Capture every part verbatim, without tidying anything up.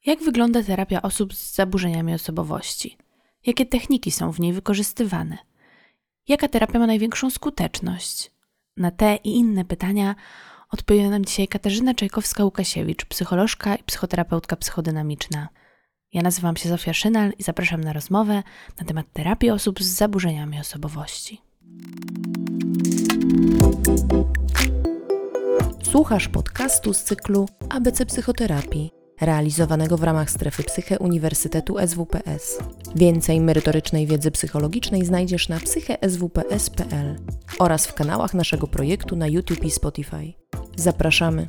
Jak wygląda terapia osób z zaburzeniami osobowości? Jakie techniki są w niej wykorzystywane? Jaka terapia ma największą skuteczność? Na te i inne pytania odpowie nam dzisiaj Katarzyna Czajkowska-Łukasiewicz, psycholożka i psychoterapeutka psychodynamiczna. Ja nazywam się Zofia Szynal i zapraszam na rozmowę na temat terapii osób z zaburzeniami osobowości. Słuchasz podcastu z cyklu A B C Psychoterapii, realizowanego w ramach Strefy Psyche Uniwersytetu S W P S. Więcej merytorycznej wiedzy psychologicznej znajdziesz na psyche s w p s kropka p l oraz w kanałach naszego projektu na YouTube i Spotify. Zapraszamy.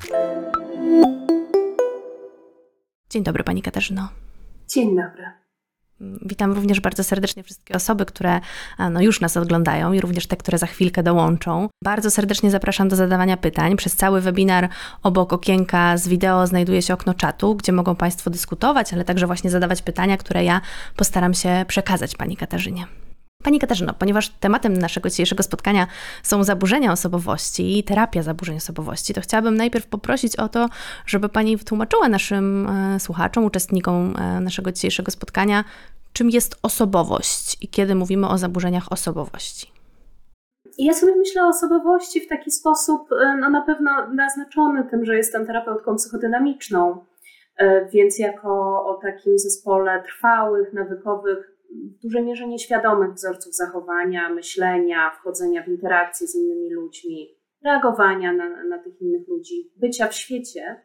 Dzień dobry Pani Katarzyno. Dzień dobry. Witam również bardzo serdecznie wszystkie osoby, które no, już nas oglądają i również te, które za chwilkę dołączą. Bardzo serdecznie zapraszam do zadawania pytań. Przez cały webinar obok okienka z wideo znajduje się okno czatu, gdzie mogą Państwo dyskutować, ale także właśnie zadawać pytania, które ja postaram się przekazać Pani Katarzynie. Pani Katarzyno, ponieważ tematem naszego dzisiejszego spotkania są zaburzenia osobowości i terapia zaburzeń osobowości, to chciałabym najpierw poprosić o to, żeby Pani wytłumaczyła naszym e, słuchaczom, uczestnikom e, naszego dzisiejszego spotkania, czym jest osobowość i kiedy mówimy o zaburzeniach osobowości. Ja sobie myślę o osobowości w taki sposób, no na pewno naznaczony tym, że jestem terapeutką psychodynamiczną, więc jako o takim zespole trwałych, nawykowych, w dużej mierze nieświadomych wzorców zachowania, myślenia, wchodzenia w interakcje z innymi ludźmi, reagowania na, na tych innych ludzi, bycia w świecie,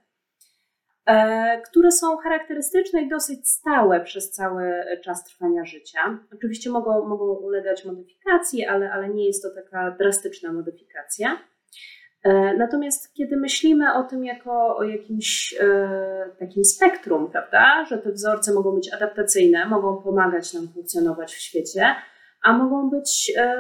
e, które są charakterystyczne i dosyć stałe przez cały czas trwania życia. Oczywiście mogą, mogą ulegać modyfikacji, ale, ale nie jest to taka drastyczna modyfikacja. Natomiast kiedy myślimy o tym jako o jakimś e, takim spektrum, prawda, że te wzorce mogą być adaptacyjne, mogą pomagać nam funkcjonować w świecie, a mogą być e,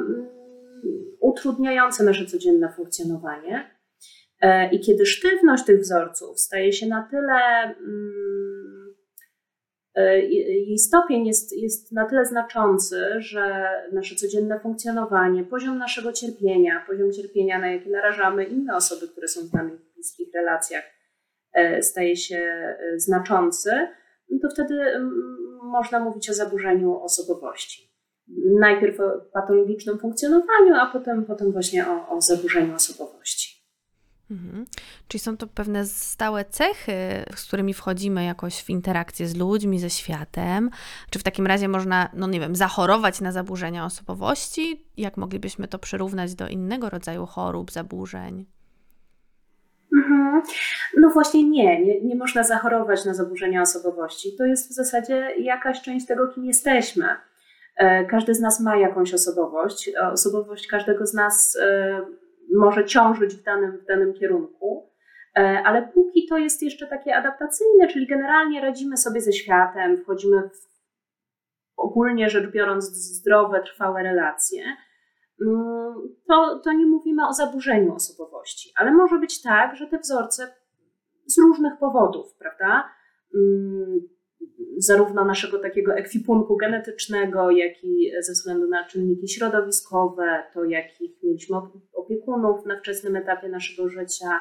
utrudniające nasze codzienne funkcjonowanie. E, I kiedy sztywność tych wzorców staje się na tyle, mm, e, jej stopień jest, jest na tyle znaczący, że nasze codzienne funkcjonowanie, poziom naszego cierpienia, poziom cierpienia, na jaki narażamy inne osoby, które są z nami w bliskich relacjach, e, staje się znaczący, to wtedy można mówić o zaburzeniu osobowości. Najpierw o patologicznym funkcjonowaniu, a potem, potem właśnie o, o zaburzeniu osobowości. Mhm. Czyli są to pewne stałe cechy, z którymi wchodzimy jakoś w interakcję z ludźmi, ze światem? Czy w takim razie można, no nie wiem, zachorować na zaburzenia osobowości? Jak moglibyśmy to przyrównać do innego rodzaju chorób, zaburzeń? Mhm. No właśnie nie, nie, nie można zachorować na zaburzenia osobowości. To jest w zasadzie jakaś część tego, kim jesteśmy. Każdy z nas ma jakąś osobowość. Osobowość każdego z nas może ciążyć w danym, w danym kierunku, ale póki to jest jeszcze takie adaptacyjne, czyli generalnie radzimy sobie ze światem, wchodzimy w ogólnie rzecz biorąc zdrowe, trwałe relacje, to, to nie mówimy o zaburzeniu osobowości. Ale może być tak, że te wzorce z różnych powodów, prawda, zarówno naszego takiego ekwipunku genetycznego, jak i ze względu na czynniki środowiskowe, to jakich mieliśmy opiekunów na wczesnym etapie naszego życia,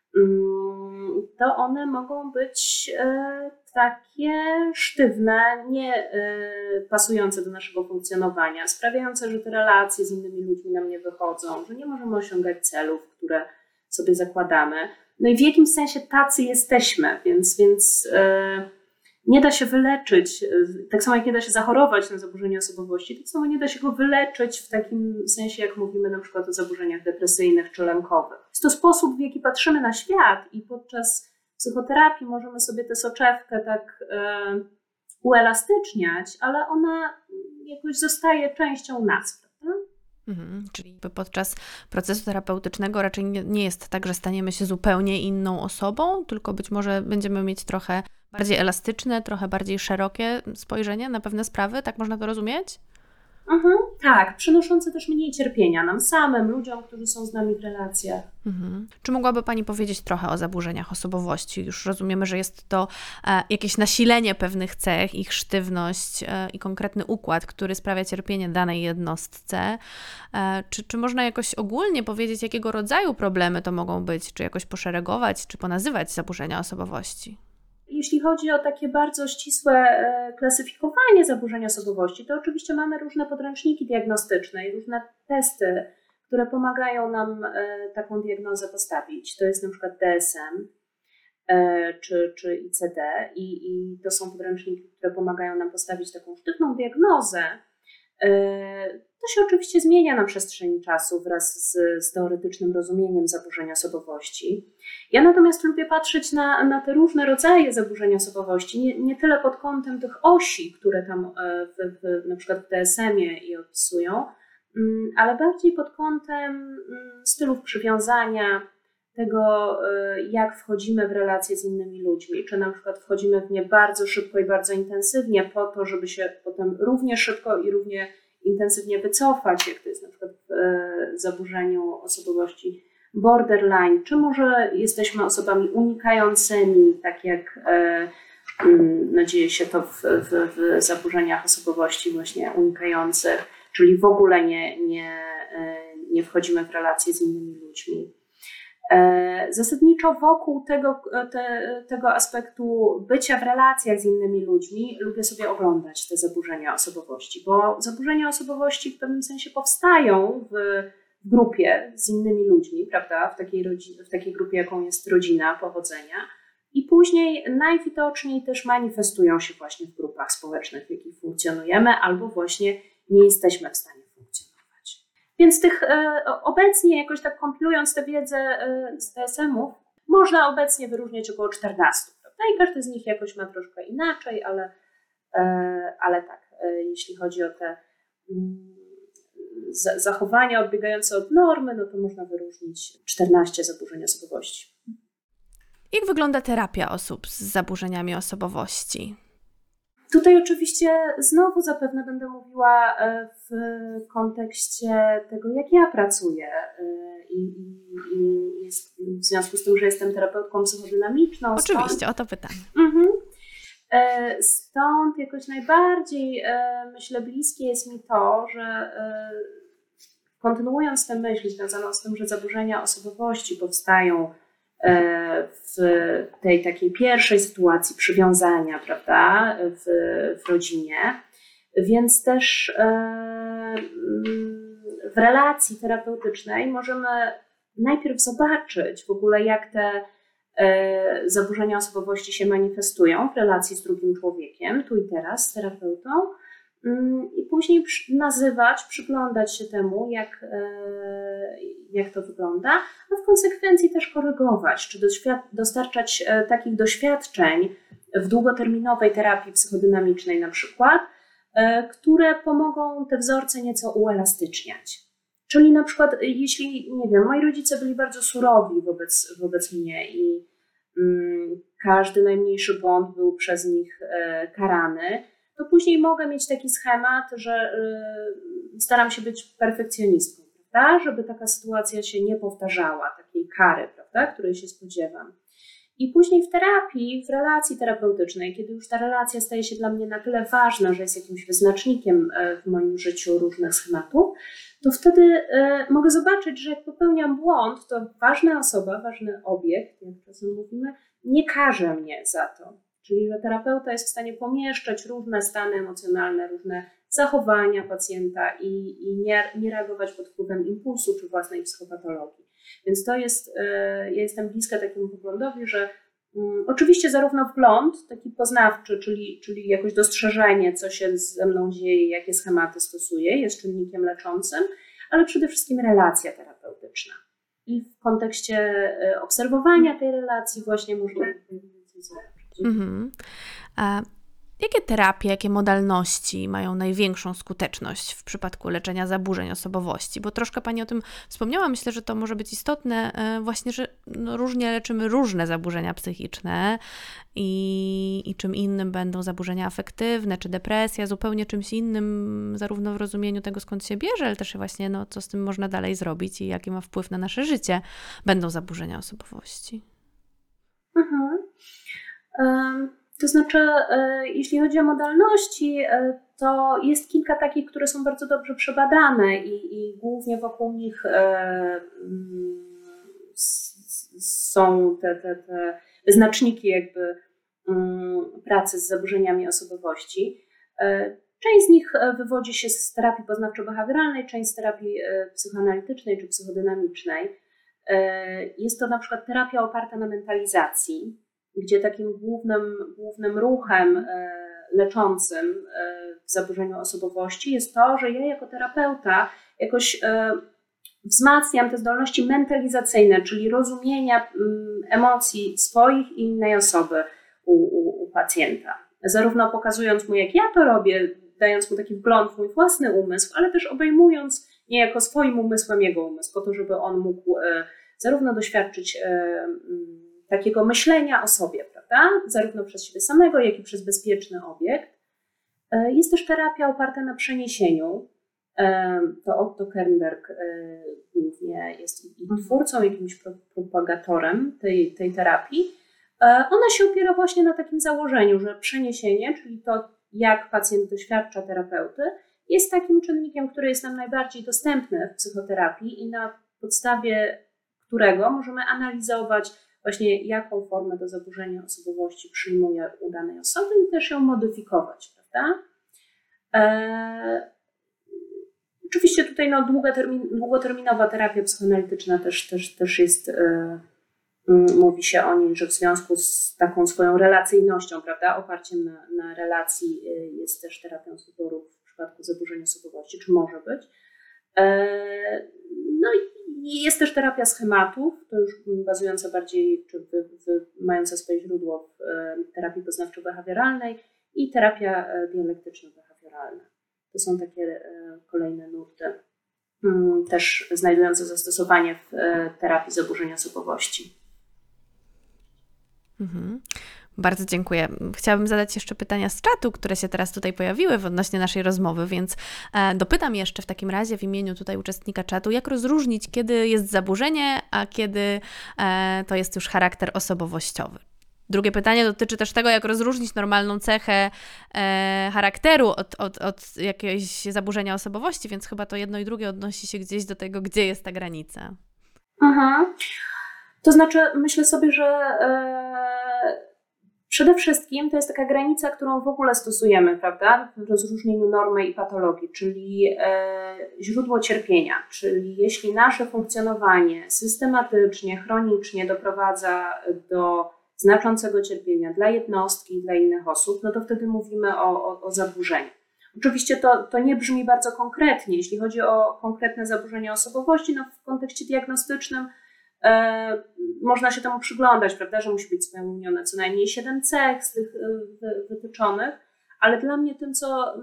to one mogą być takie sztywne, nie pasujące do naszego funkcjonowania, sprawiające, że te relacje z innymi ludźmi nam nie wychodzą, że nie możemy osiągać celów, które sobie zakładamy. No i w jakimś sensie tacy jesteśmy, więc, więc nie da się wyleczyć, tak samo jak nie da się zachorować na zaburzenie osobowości, tak samo nie da się go wyleczyć w takim sensie, jak mówimy na przykład o zaburzeniach depresyjnych czy lękowych. Jest to sposób, w jaki patrzymy na świat i podczas psychoterapii możemy sobie tę soczewkę tak e, uelastyczniać, ale ona jakoś zostaje częścią nas, prawda? Mhm, czyli podczas procesu terapeutycznego raczej nie, nie jest tak, że staniemy się zupełnie inną osobą, tylko być może będziemy mieć trochę bardziej elastyczne, trochę bardziej szerokie spojrzenie na pewne sprawy, tak można to rozumieć? Mhm, tak, przynoszące też mniej cierpienia nam samym, ludziom, którzy są z nami w relacjach. Mhm. Czy mogłaby Pani powiedzieć trochę o zaburzeniach osobowości? Już rozumiemy, że jest to e, jakieś nasilenie pewnych cech, ich sztywność e, i konkretny układ, który sprawia cierpienie danej jednostce. E, czy, czy można jakoś ogólnie powiedzieć, jakiego rodzaju problemy to mogą być? Czy jakoś poszeregować, czy ponazywać zaburzenia osobowości? jeśli chodzi o takie bardzo ścisłe klasyfikowanie zaburzeń osobowości, to oczywiście mamy różne podręczniki diagnostyczne i różne testy, które pomagają nam taką diagnozę postawić. To jest na przykład D S M czy, czy I C D i, i to są podręczniki, które pomagają nam postawić taką sztywną diagnozę. To się oczywiście zmienia na przestrzeni czasu wraz z, z teoretycznym rozumieniem zaburzeń osobowości. Ja natomiast lubię patrzeć na, na te różne rodzaje zaburzeń osobowości, nie, nie tyle pod kątem tych osi, które tam w, w, na przykład w D S M-ie je opisują, ale bardziej pod kątem stylów przywiązania, tego jak wchodzimy w relacje z innymi ludźmi, czy na przykład wchodzimy w nie bardzo szybko i bardzo intensywnie po to, żeby się potem równie szybko i równie intensywnie wycofać, jak to jest na przykład w zaburzeniu osobowości borderline, czy może jesteśmy osobami unikającymi, tak jak no, dzieje się to w, w, w zaburzeniach osobowości właśnie unikających, czyli w ogóle nie, nie, nie wchodzimy w relacje z innymi ludźmi. Zasadniczo wokół tego, te, tego aspektu bycia w relacjach z innymi ludźmi lubię sobie oglądać te zaburzenia osobowości, bo zaburzenia osobowości w pewnym sensie powstają w, w grupie z innymi ludźmi, prawda, w takiej, rodzi- w takiej grupie, jaką jest rodzina pochodzenia i później najwidoczniej też manifestują się właśnie w grupach społecznych, w jakich funkcjonujemy albo właśnie nie jesteśmy w stanie funkcjonować. Więc tych e, obecnie, jakoś tak kompilując tę wiedzę e, z D S M-ów, można obecnie wyróżniać około czternastu. Prawda? I każdy z nich jakoś ma troszkę inaczej, ale, e, ale tak, e, jeśli chodzi o te mm, z, zachowania odbiegające od normy, no to można wyróżnić czternaście zaburzeń osobowości. Jak wygląda terapia osób z zaburzeniami osobowości? Tutaj oczywiście znowu zapewne będę mówiła w kontekście tego, jak ja pracuję i, i, i jest, w związku z tym, że jestem terapeutką psychodynamiczną. Oczywiście, stąd, o to pytam. Mhm. Stąd jakoś najbardziej, myślę, bliskie jest mi to, że kontynuując tę myśl związaną z tym, że zaburzenia osobowości powstają w tej takiej pierwszej sytuacji przywiązania, prawda, w, w rodzinie, więc też w relacji terapeutycznej możemy najpierw zobaczyć w ogóle, jak te zaburzenia osobowości się manifestują w relacji z drugim człowiekiem, tu i teraz z terapeutą, i później nazywać, przyglądać się temu, jak, jak to wygląda, a w konsekwencji też korygować, czy dostarczać takich doświadczeń w długoterminowej terapii psychodynamicznej na przykład, które pomogą te wzorce nieco uelastyczniać. Czyli na przykład, jeśli, nie wiem, moi rodzice byli bardzo surowi wobec, wobec mnie i mm, każdy najmniejszy błąd był przez nich e, karany, to później mogę mieć taki schemat, że y, staram się być perfekcjonistką, prawda? Żeby taka sytuacja się nie powtarzała, takiej kary, prawda? Której się spodziewam. I później w terapii, w relacji terapeutycznej, kiedy już ta relacja staje się dla mnie na tyle ważna, że jest jakimś wyznacznikiem w moim życiu różnych schematów, to wtedy y, mogę zobaczyć, że jak popełniam błąd, to ważna osoba, ważny obiekt, jak czasem mówimy, nie karze mnie za to. Czyli że terapeuta jest w stanie pomieszczać różne stany emocjonalne, różne zachowania pacjenta i, i nie, nie reagować pod wpływem impulsu czy własnej psychopatologii. Więc to jest, ja jestem bliska takiemu poglądowi, że um, oczywiście zarówno wgląd taki poznawczy, czyli, czyli jakoś dostrzeżenie, co się ze mną dzieje, jakie schematy stosuję, jest czynnikiem leczącym, ale przede wszystkim relacja terapeutyczna. I w kontekście obserwowania tej relacji właśnie można więcej zrobić. Mhm. A jakie terapie, jakie modalności mają największą skuteczność w przypadku leczenia zaburzeń osobowości? Bo troszkę Pani o tym wspomniała. Myślę, że to może być istotne właśnie, że no różnie leczymy różne zaburzenia psychiczne i, i czym innym będą zaburzenia afektywne czy depresja, zupełnie czymś innym, zarówno w rozumieniu tego, skąd się bierze, ale też właśnie no, co z tym można dalej zrobić i jaki ma wpływ na nasze życie, będą zaburzenia osobowości. Mhm. To znaczy, jeśli chodzi o modalności, to jest kilka takich, które są bardzo dobrze przebadane i, i głównie wokół nich są te, te, te wyznaczniki jakby pracy z zaburzeniami osobowości. Część z nich wywodzi się z terapii poznawczo-behawioralnej, część z terapii psychoanalitycznej czy psychodynamicznej. Jest to na przykład terapia oparta na mentalizacji, gdzie takim głównym, głównym ruchem leczącym w zaburzeniu osobowości jest to, że ja jako terapeuta jakoś wzmacniam te zdolności mentalizacyjne, czyli rozumienia emocji swoich i innej osoby u, u, u pacjenta. Zarówno pokazując mu, jak ja to robię, dając mu taki wgląd w mój własny umysł, ale też obejmując niejako swoim umysłem jego umysł, po to, żeby on mógł e, zarówno doświadczyć e, takiego myślenia o sobie, prawda? Zarówno przez siebie samego, jak i przez bezpieczny obiekt. E, jest też terapia oparta na przeniesieniu. E, to Otto Kernberg e, głównie jest i twórcą, jakimś propagatorem tej, tej terapii. E, ona się opiera właśnie na takim założeniu, że przeniesienie, czyli to, jak pacjent doświadcza terapeuty, jest takim czynnikiem, który jest nam najbardziej dostępny w psychoterapii i na podstawie którego możemy analizować właśnie, jaką formę do zaburzenia osobowości przyjmuje u danej osoby i też ją modyfikować, prawda? E, oczywiście tutaj no, długotermin, długoterminowa terapia psychoanalityczna też, też, też jest, e, mówi się o niej, że w związku z taką swoją relacyjnością, prawda, oparciem na, na relacji jest też terapią z wyboru w przypadku zaburzenia osobowości, czy może być. E, no i jest też terapia schematów, to już bazująca bardziej, czy wy, wy, mająca swoje źródło w e, terapii poznawczo-behawioralnej i terapia e, dialektyczno-behawioralna. To są takie e, kolejne nurty, m, też znajdujące zastosowanie w e, terapii zaburzenia osobowości. Mhm. Bardzo dziękuję. Chciałabym zadać jeszcze pytania z czatu, które się teraz tutaj pojawiły w odnośnie naszej rozmowy, więc e, dopytam jeszcze w takim razie w imieniu tutaj uczestnika czatu, jak rozróżnić, kiedy jest zaburzenie, a kiedy e, to jest już charakter osobowościowy. Drugie pytanie dotyczy też tego, jak rozróżnić normalną cechę e, charakteru od, od, od jakiegoś zaburzenia osobowości, więc chyba to jedno i drugie odnosi się gdzieś do tego, gdzie jest ta granica. Mhm. To znaczy, myślę sobie, że e, przede wszystkim to jest taka granica, którą w ogóle stosujemy, prawda, w rozróżnieniu normy i patologii, czyli e, źródło cierpienia, czyli jeśli nasze funkcjonowanie systematycznie, chronicznie doprowadza do znaczącego cierpienia dla jednostki i dla innych osób, no to wtedy mówimy o, o, o zaburzeniu. Oczywiście to, to nie brzmi bardzo konkretnie, jeśli chodzi o konkretne zaburzenia osobowości, no w kontekście diagnostycznym e, można się temu przyglądać, prawda, że musi być spełnione co najmniej siedem cech z tych wy, wytyczonych, ale dla mnie tym, co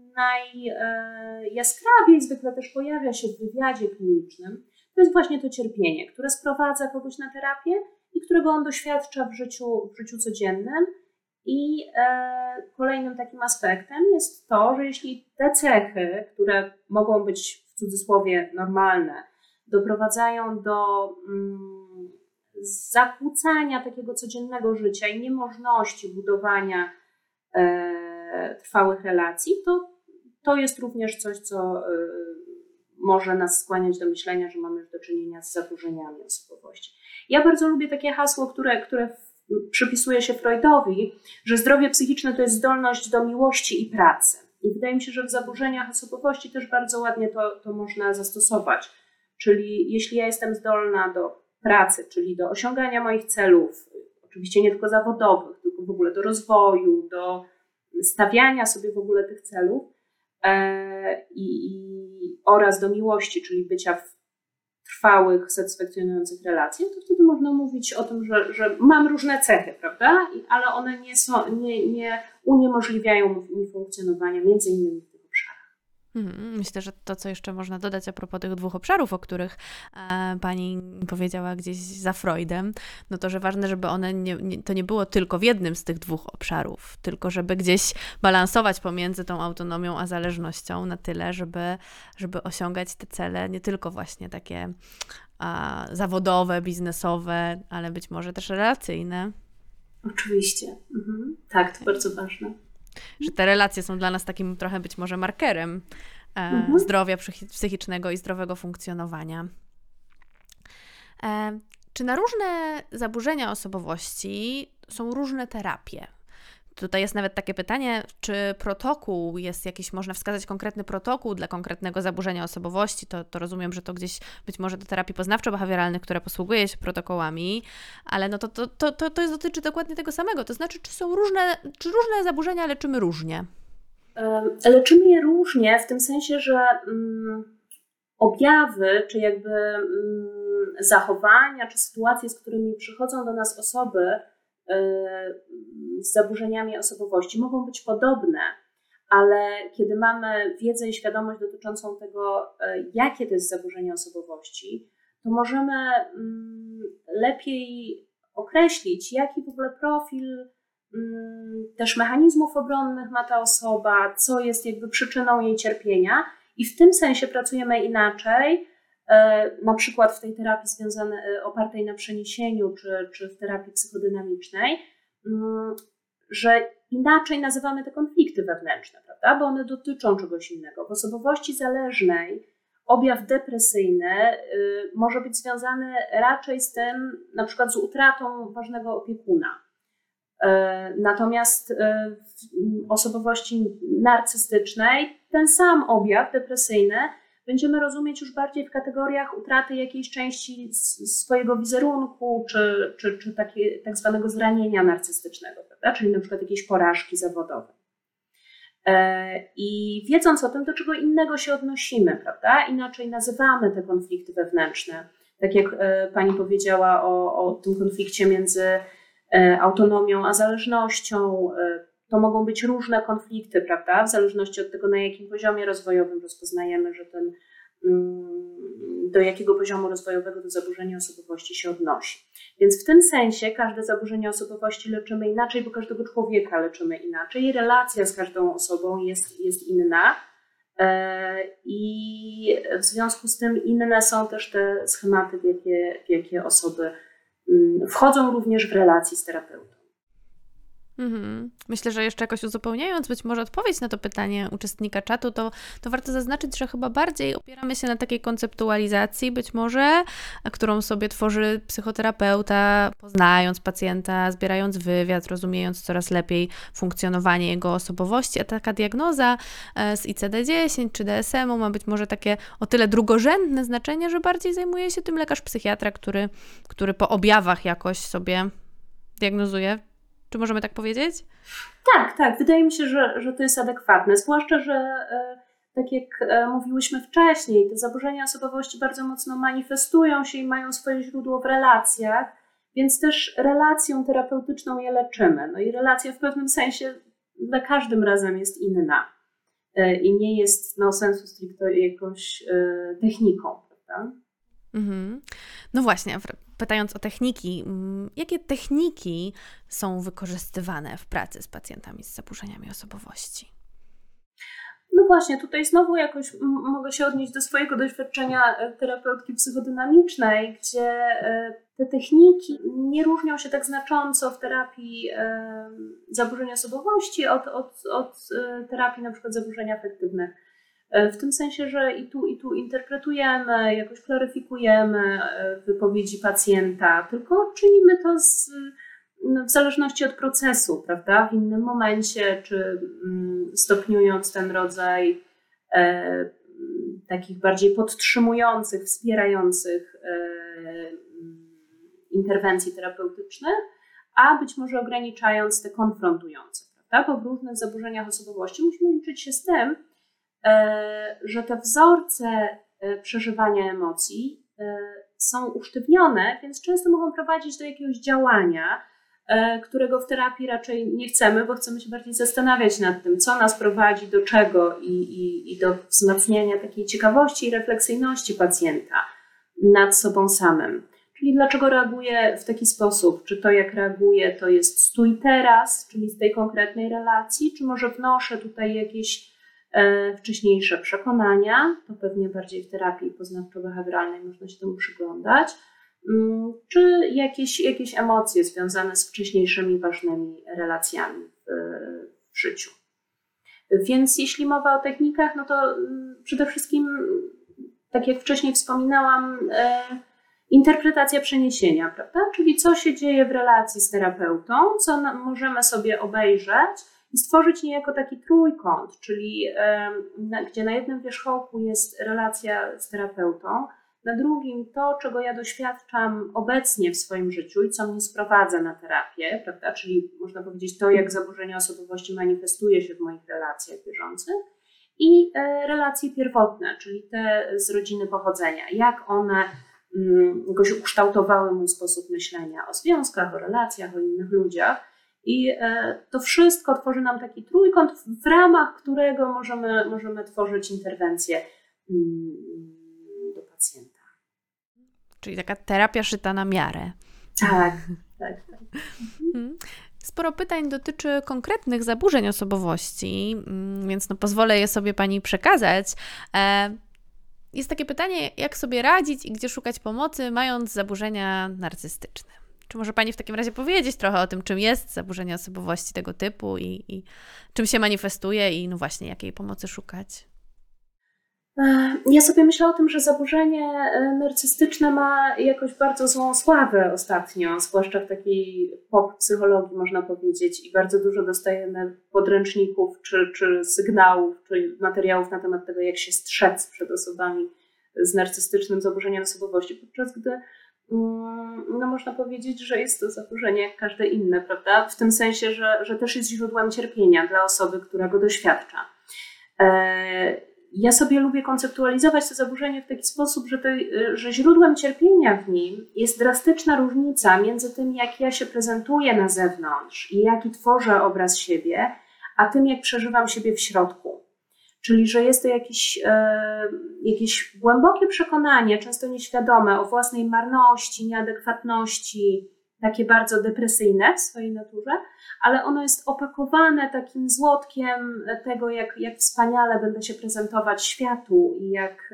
najjaskrawiej zwykle też pojawia się w wywiadzie klinicznym, to jest właśnie to cierpienie, które sprowadza kogoś na terapię i którego on doświadcza w życiu, w życiu codziennym. I e, kolejnym takim aspektem jest to, że jeśli te cechy, które mogą być w cudzysłowie normalne, doprowadzają do mm, zakłócania takiego codziennego życia i niemożności budowania e, trwałych relacji, to, to jest również coś, co e, może nas skłaniać do myślenia, że mamy już do czynienia z zaburzeniami osobowości. Ja bardzo lubię takie hasło, które, które przypisuje się Freudowi, że zdrowie psychiczne to jest zdolność do miłości i pracy. I wydaje mi się, że w zaburzeniach osobowości też bardzo ładnie to, to można zastosować. Czyli jeśli ja jestem zdolna do pracy, czyli do osiągania moich celów, oczywiście nie tylko zawodowych, tylko w ogóle do rozwoju, do stawiania sobie w ogóle tych celów e, i, i, oraz do miłości, czyli bycia w trwałych, satysfakcjonujących relacjach, to wtedy można mówić o tym, że, że mam różne cechy, prawda? I, ale one nie, są, nie, nie uniemożliwiają mi funkcjonowania między innymi w tych obszarach. Myślę, że to, co jeszcze można dodać a propos tych dwóch obszarów, o których e, pani powiedziała gdzieś za Freudem, no to, że ważne, żeby one nie, nie, to nie było tylko w jednym z tych dwóch obszarów, tylko żeby gdzieś balansować pomiędzy tą autonomią a zależnością na tyle, żeby, żeby osiągać te cele nie tylko właśnie takie a, zawodowe, biznesowe, ale być może też relacyjne. Oczywiście. Mhm. Tak, to bardzo ważne. Że te relacje są dla nas takim trochę być może markerem e, mhm. zdrowia psychicznego i zdrowego funkcjonowania. E, czy na różne zaburzenia osobowości są różne terapie. Tutaj jest nawet takie pytanie, czy protokół jest jakiś, można wskazać konkretny protokół dla konkretnego zaburzenia osobowości, to, to rozumiem, że to gdzieś być może do terapii poznawczo-behawioralnych, która posługuje się protokołami, ale no to, to, to, to, to jest, dotyczy dokładnie tego samego, to znaczy, czy są różne, czy różne zaburzenia leczymy różnie? Leczymy je różnie, w tym sensie, że mm, objawy, czy jakby mm, zachowania, czy sytuacje, z którymi przychodzą do nas osoby z zaburzeniami osobowości, mogą być podobne, ale kiedy mamy wiedzę i świadomość dotyczącą tego, jakie to jest zaburzenie osobowości, to możemy lepiej określić, jaki w ogóle profil też mechanizmów obronnych ma ta osoba, co jest jakby przyczyną jej cierpienia, i w tym sensie pracujemy inaczej, na przykład w tej terapii związanej, opartej na przeniesieniu, czy, czy w terapii psychodynamicznej, że inaczej nazywamy te konflikty wewnętrzne, prawda? Bo one dotyczą czegoś innego. W osobowości zależnej objaw depresyjny może być związany raczej z tym, na przykład z utratą ważnego opiekuna. Natomiast w osobowości narcystycznej ten sam objaw depresyjny będziemy rozumieć już bardziej w kategoriach utraty jakiejś części swojego wizerunku, czy, czy, czy takie, tak zwanego zranienia narcystycznego, prawda? Czyli na przykład jakiejś porażki zawodowej. I wiedząc o tym, do czego innego się odnosimy, prawda? Inaczej nazywamy te konflikty wewnętrzne. Tak jak pani powiedziała o, o tym konflikcie między autonomią a zależnością, to mogą być różne konflikty, prawda? W zależności od tego, na jakim poziomie rozwojowym rozpoznajemy, że ten, do jakiego poziomu rozwojowego to zaburzenie osobowości się odnosi. Więc w tym sensie każde zaburzenie osobowości leczymy inaczej, bo każdego człowieka leczymy inaczej i relacja z każdą osobą jest, jest inna. I w związku z tym inne są też te schematy, w jakie, w jakie osoby wchodzą również w relacji z terapeutą. Mhm. Myślę, że jeszcze jakoś uzupełniając być może odpowiedź na to pytanie uczestnika czatu, to, to warto zaznaczyć, że chyba bardziej opieramy się na takiej konceptualizacji być może, którą sobie tworzy psychoterapeuta, poznając pacjenta, zbierając wywiad, rozumiejąc coraz lepiej funkcjonowanie jego osobowości, a taka diagnoza z I C D dziesięć czy D S M u ma być może takie o tyle drugorzędne znaczenie, że bardziej zajmuje się tym lekarz psychiatra, który, który po objawach jakoś sobie diagnozuje. Czy możemy tak powiedzieć? Tak, tak. Wydaje mi się, że, że to jest adekwatne. Zwłaszcza, że tak jak mówiłyśmy wcześniej, te zaburzenia osobowości bardzo mocno manifestują się i mają swoje źródło w relacjach, więc też relacją terapeutyczną je leczymy. No i relacja w pewnym sensie za każdym razem jest inna i nie jest no sensu stricto jakąś techniką, prawda? Mhm. No właśnie, pytając o techniki, jakie techniki są wykorzystywane w pracy z pacjentami z zaburzeniami osobowości? No właśnie, tutaj znowu jakoś m- mogę się odnieść do swojego doświadczenia terapeutki psychodynamicznej, gdzie te techniki nie różnią się tak znacząco w terapii e, zaburzeń osobowości od, od, od terapii na przykład zaburzeń afektywnych. W tym sensie, że i tu, i tu interpretujemy, jakoś klaryfikujemy wypowiedzi pacjenta, tylko czynimy to z, no, w zależności od procesu, prawda? W innym momencie, czy stopniując ten rodzaj e, takich bardziej podtrzymujących, wspierających e, interwencji terapeutycznych, a być może ograniczając te konfrontujące, prawda? Bo w różnych zaburzeniach osobowości musimy liczyć się z tym, że te wzorce przeżywania emocji są usztywnione, więc często mogą prowadzić do jakiegoś działania, którego w terapii raczej nie chcemy, bo chcemy się bardziej zastanawiać nad tym, co nas prowadzi do czego i, i, i do wzmacniania takiej ciekawości i refleksyjności pacjenta nad sobą samym. Czyli dlaczego reaguje w taki sposób? Czy to, jak reaguje, to jest tu i teraz, czyli z tej konkretnej relacji, czy może wnoszę tutaj jakieś wcześniejsze przekonania, to pewnie bardziej w terapii poznawczo-behawioralnej można się temu przyglądać, czy jakieś, jakieś emocje związane z wcześniejszymi ważnymi relacjami w, w życiu. Więc jeśli mowa o technikach, no to przede wszystkim, tak jak wcześniej wspominałam, interpretacja przeniesienia, prawda? Czyli co się dzieje w relacji z terapeutą, co na, możemy sobie obejrzeć i stworzyć niejako taki trójkąt, czyli y, na, gdzie na jednym wierzchołku jest relacja z terapeutą, na drugim to, czego ja doświadczam obecnie w swoim życiu i co mnie sprowadza na terapię, prawda? Czyli można powiedzieć to, jak zaburzenie osobowości manifestuje się w moich relacjach bieżących, i e, relacje pierwotne, czyli te z rodziny pochodzenia, jak one mm, jakoś ukształtowały mój sposób myślenia o związkach, o relacjach, o innych ludziach. I e, to wszystko tworzy nam taki trójkąt, w ramach którego możemy, możemy tworzyć interwencje mm, do pacjenta. Czyli taka terapia szyta na miarę. Tak, tak, tak. Mhm. Sporo pytań dotyczy konkretnych zaburzeń osobowości, więc no pozwolę je sobie Pani przekazać. Jest takie pytanie, jak sobie radzić i gdzie szukać pomocy, mając zaburzenia narcystyczne. Czy może Pani w takim razie powiedzieć trochę o tym, czym jest zaburzenie osobowości tego typu i, i czym się manifestuje i no właśnie, jakiej pomocy szukać? Ja sobie myślę o tym, że zaburzenie narcystyczne ma jakoś bardzo złą sławę ostatnio, zwłaszcza w takiej pop psychologii można powiedzieć, i bardzo dużo dostajemy podręczników, czy, czy sygnałów, czy materiałów na temat tego, jak się strzec przed osobami z narcystycznym zaburzeniem osobowości, podczas gdy no można powiedzieć, że jest to zaburzenie jak każde inne, prawda? W tym sensie, że, że też jest źródłem cierpienia dla osoby, która go doświadcza. Ja sobie lubię konceptualizować to zaburzenie w taki sposób, że, to, że źródłem cierpienia w nim jest drastyczna różnica między tym, jak ja się prezentuję na zewnątrz i jaki tworzę obraz siebie, a tym, jak przeżywam siebie w środku. Czyli, że jest to jakieś, e, jakieś głębokie przekonanie, często nieświadome, o własnej marności, nieadekwatności, takie bardzo depresyjne w swojej naturze, ale ono jest opakowane takim złotkiem tego, jak, jak wspaniale będę się prezentować światu i jak,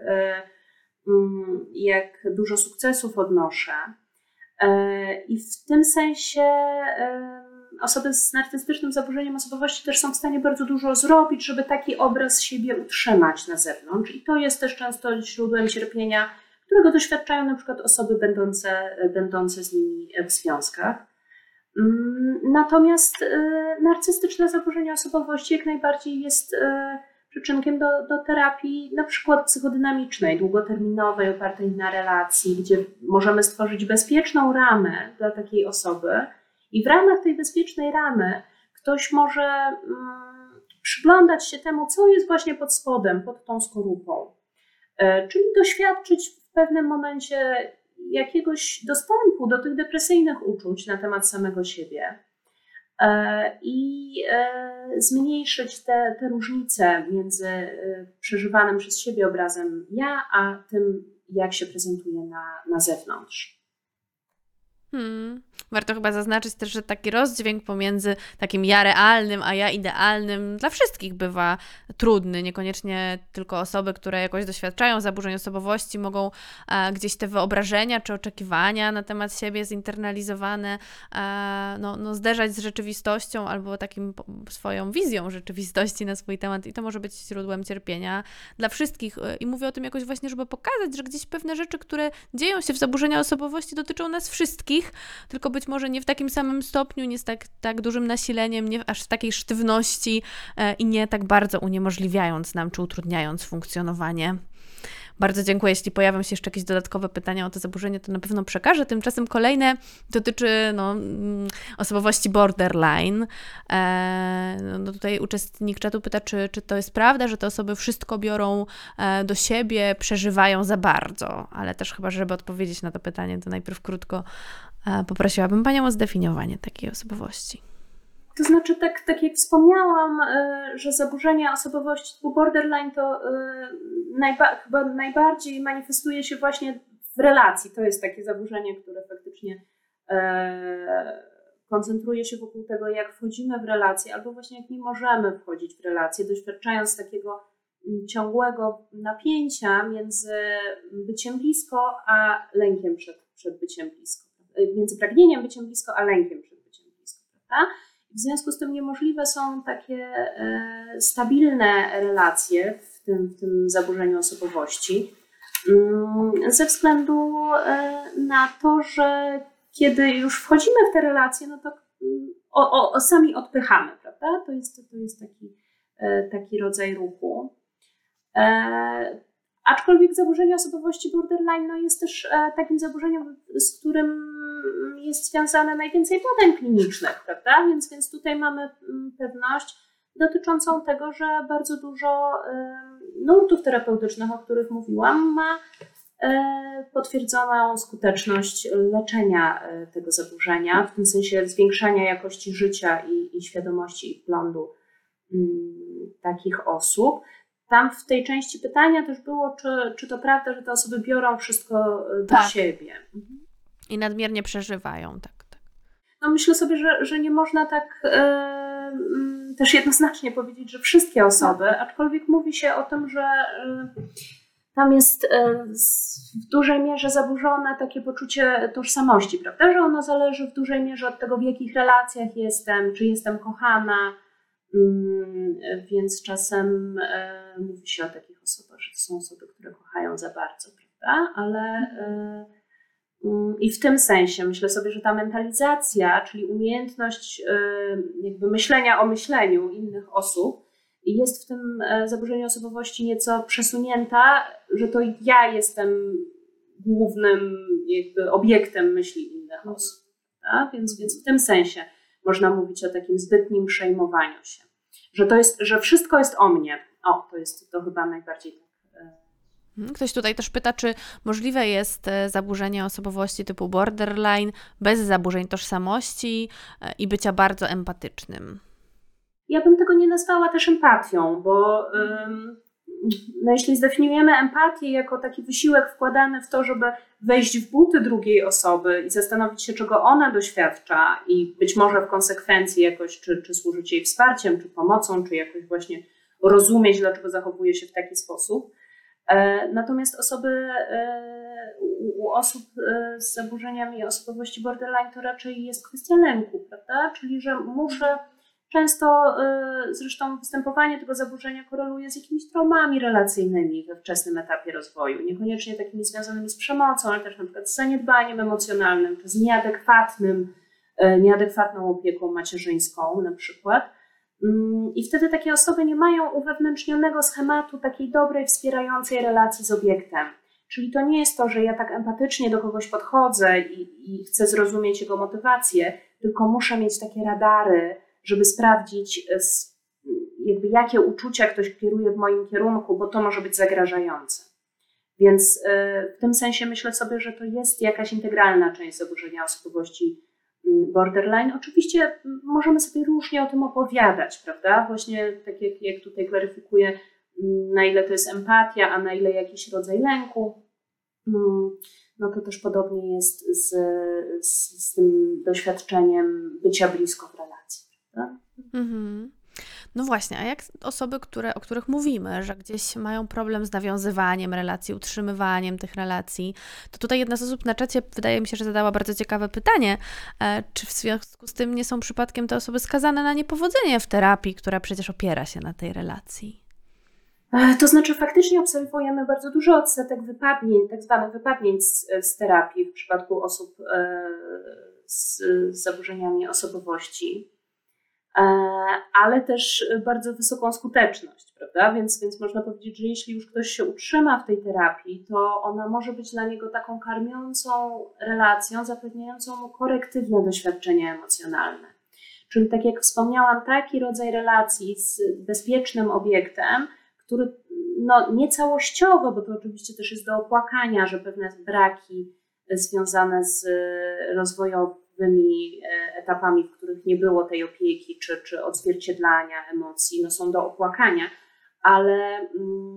jak dużo sukcesów odnoszę. I w tym sensie osoby z narcystycznym zaburzeniem osobowości też są w stanie bardzo dużo zrobić, żeby taki obraz siebie utrzymać na zewnątrz. I to jest też często źródłem cierpienia, którego doświadczają na przykład osoby będące, będące z nimi w związkach. Natomiast narcystyczne zaburzenie osobowości jak najbardziej jest przyczynkiem do, do terapii na przykład psychodynamicznej, długoterminowej, opartej na relacji, gdzie możemy stworzyć bezpieczną ramę dla takiej osoby i w ramach tej bezpiecznej ramy ktoś może mm, przyglądać się temu, co jest właśnie pod spodem, pod tą skorupą. Czyli doświadczyć w pewnym momencie jakiegoś dostępu do tych depresyjnych uczuć na temat samego siebie i zmniejszyć te, te różnice między przeżywanym przez siebie obrazem ja, a tym, jak się prezentuje na, na zewnątrz. Hmm. Warto chyba zaznaczyć też, że taki rozdźwięk pomiędzy takim ja realnym, a ja idealnym dla wszystkich bywa trudny. Niekoniecznie tylko osoby, które jakoś doświadczają zaburzeń osobowości, mogą e, gdzieś te wyobrażenia czy oczekiwania na temat siebie zinternalizowane e, no, no, zderzać z rzeczywistością albo takim swoją wizją rzeczywistości na swój temat i to może być źródłem cierpienia dla wszystkich. I mówię o tym jakoś właśnie, żeby pokazać, że gdzieś pewne rzeczy, które dzieją się w zaburzeniach osobowości, dotyczą nas wszystkich, tylko być może nie w takim samym stopniu, nie z tak, tak dużym nasileniem, nie aż w takiej sztywności e, i nie tak bardzo uniemożliwiając nam, czy utrudniając funkcjonowanie. Bardzo dziękuję. Jeśli pojawią się jeszcze jakieś dodatkowe pytania o to zaburzenie, to na pewno przekażę. Tymczasem kolejne dotyczy no, osobowości borderline. E, no tutaj uczestnik czatu pyta, czy, czy to jest prawda, że te osoby wszystko biorą e, do siebie, przeżywają za bardzo. Ale też chyba, żeby odpowiedzieć na to pytanie, to najpierw krótko e, poprosiłabym Panią o zdefiniowanie takiej osobowości. To znaczy, tak, tak jak wspomniałam, że zaburzenia osobowości typu borderline to najba, chyba najbardziej manifestuje się właśnie w relacji. To jest takie zaburzenie, które faktycznie e, koncentruje się wokół tego, jak wchodzimy w relacje, albo właśnie jak nie możemy wchodzić w relacje, doświadczając takiego ciągłego napięcia między byciem blisko, a lękiem przed, przed byciem blisko. Między pragnieniem byciem blisko, a lękiem przed byciem blisko, prawda? W związku z tym niemożliwe są takie e, stabilne relacje w tym, w tym zaburzeniu osobowości. Ze względu na to, że kiedy już wchodzimy w te relacje, no to o, o, o sami odpychamy, prawda? To jest, to jest taki, taki rodzaj ruchu. E, aczkolwiek zaburzenie osobowości borderline no jest też e, takim zaburzeniem, z którym jest związane najwięcej badań klinicznych, prawda? Więc, więc tutaj mamy pewność dotyczącą tego, że bardzo dużo e, nurtów terapeutycznych, o których mówiłam, ma e, potwierdzoną skuteczność leczenia e, tego zaburzenia, w tym sensie zwiększania jakości życia i, i świadomości i wglądu m, takich osób. Tam w tej części pytania też było, czy, czy to prawda, że te osoby biorą wszystko do tak. siebie. I nadmiernie przeżywają, tak. tak. No myślę sobie, że, że nie można tak e, też jednoznacznie powiedzieć, że wszystkie osoby, aczkolwiek mówi się o tym, że e, tam jest e, w dużej mierze zaburzone takie poczucie tożsamości, prawda? Że ono zależy w dużej mierze od tego, w jakich relacjach jestem, czy jestem kochana, więc czasem e, mówi się o takich osobach, że to są osoby, które kochają za bardzo, prawda? Ale e, i w tym sensie myślę sobie, że ta mentalizacja, czyli umiejętność e, jakby myślenia o myśleniu innych osób jest w tym zaburzeniu osobowości nieco przesunięta, że to ja jestem głównym jakby obiektem myśli innych osób, prawda? Więc, więc w tym sensie można mówić o takim zbytnim przejmowaniu się. Że to jest, że wszystko jest o mnie. O, to jest to chyba najbardziej tak. Ktoś tutaj też pyta, czy możliwe jest zaburzenie osobowości typu borderline bez zaburzeń tożsamości i bycia bardzo empatycznym. Ja bym tego nie nazwała też empatią, bo ym, no jeśli zdefiniujemy empatię jako taki wysiłek wkładany w to, żeby wejść w buty drugiej osoby i zastanowić się, czego ona doświadcza i być może w konsekwencji jakoś, czy, czy służyć jej wsparciem, czy pomocą, czy jakoś właśnie rozumieć, dlaczego zachowuje się w taki sposób. E, natomiast osoby, e, u, u osób e, z zaburzeniami osobowości borderline to raczej jest kwestia lęku, prawda? Czyli, że muszę Często y, zresztą występowanie tego zaburzenia koreluje z jakimiś traumami relacyjnymi we wczesnym etapie rozwoju, niekoniecznie takimi związanymi z przemocą, ale też na przykład z zaniedbaniem emocjonalnym, czy z nieadekwatnym, y, nieadekwatną opieką macierzyńską na przykład. Y, I wtedy takie osoby nie mają uwewnętrznionego schematu takiej dobrej, wspierającej relacji z obiektem. Czyli to nie jest to, że ja tak empatycznie do kogoś podchodzę i, i chcę zrozumieć jego motywację, tylko muszę mieć takie radary, żeby sprawdzić, jakby jakie uczucia ktoś kieruje w moim kierunku, bo to może być zagrażające. Więc w tym sensie myślę sobie, że to jest jakaś integralna część zaburzenia osobowości borderline. Oczywiście możemy sobie różnie o tym opowiadać, prawda? Właśnie tak jak, jak tutaj klaryfikuję, na ile to jest empatia, a na ile jakiś rodzaj lęku. No to też podobnie jest z, z, z tym doświadczeniem bycia blisko w relacji. Mhm. No właśnie, a jak osoby, które, o których mówimy, że gdzieś mają problem z nawiązywaniem relacji, utrzymywaniem tych relacji, to tutaj jedna z osób na czacie, wydaje mi się, że zadała bardzo ciekawe pytanie, e, czy w związku z tym nie są przypadkiem te osoby skazane na niepowodzenie w terapii, która przecież opiera się na tej relacji? To znaczy faktycznie obserwujemy bardzo duży odsetek wypadnień, tak zwanych wypadnień z, z terapii w przypadku osób e, z, z zaburzeniami osobowości. Ale też bardzo wysoką skuteczność, prawda? Więc, więc można powiedzieć, że jeśli już ktoś się utrzyma w tej terapii, to ona może być dla niego taką karmiącą relacją, zapewniającą mu korektywne doświadczenia emocjonalne. Czyli tak jak wspomniałam, taki rodzaj relacji z bezpiecznym obiektem, który no, nie całościowo, bo to oczywiście też jest do opłakania, że pewne braki związane z rozwojowymi etapami, w których nie było tej opieki czy, czy odzwierciedlania emocji, no są do opłakania, ale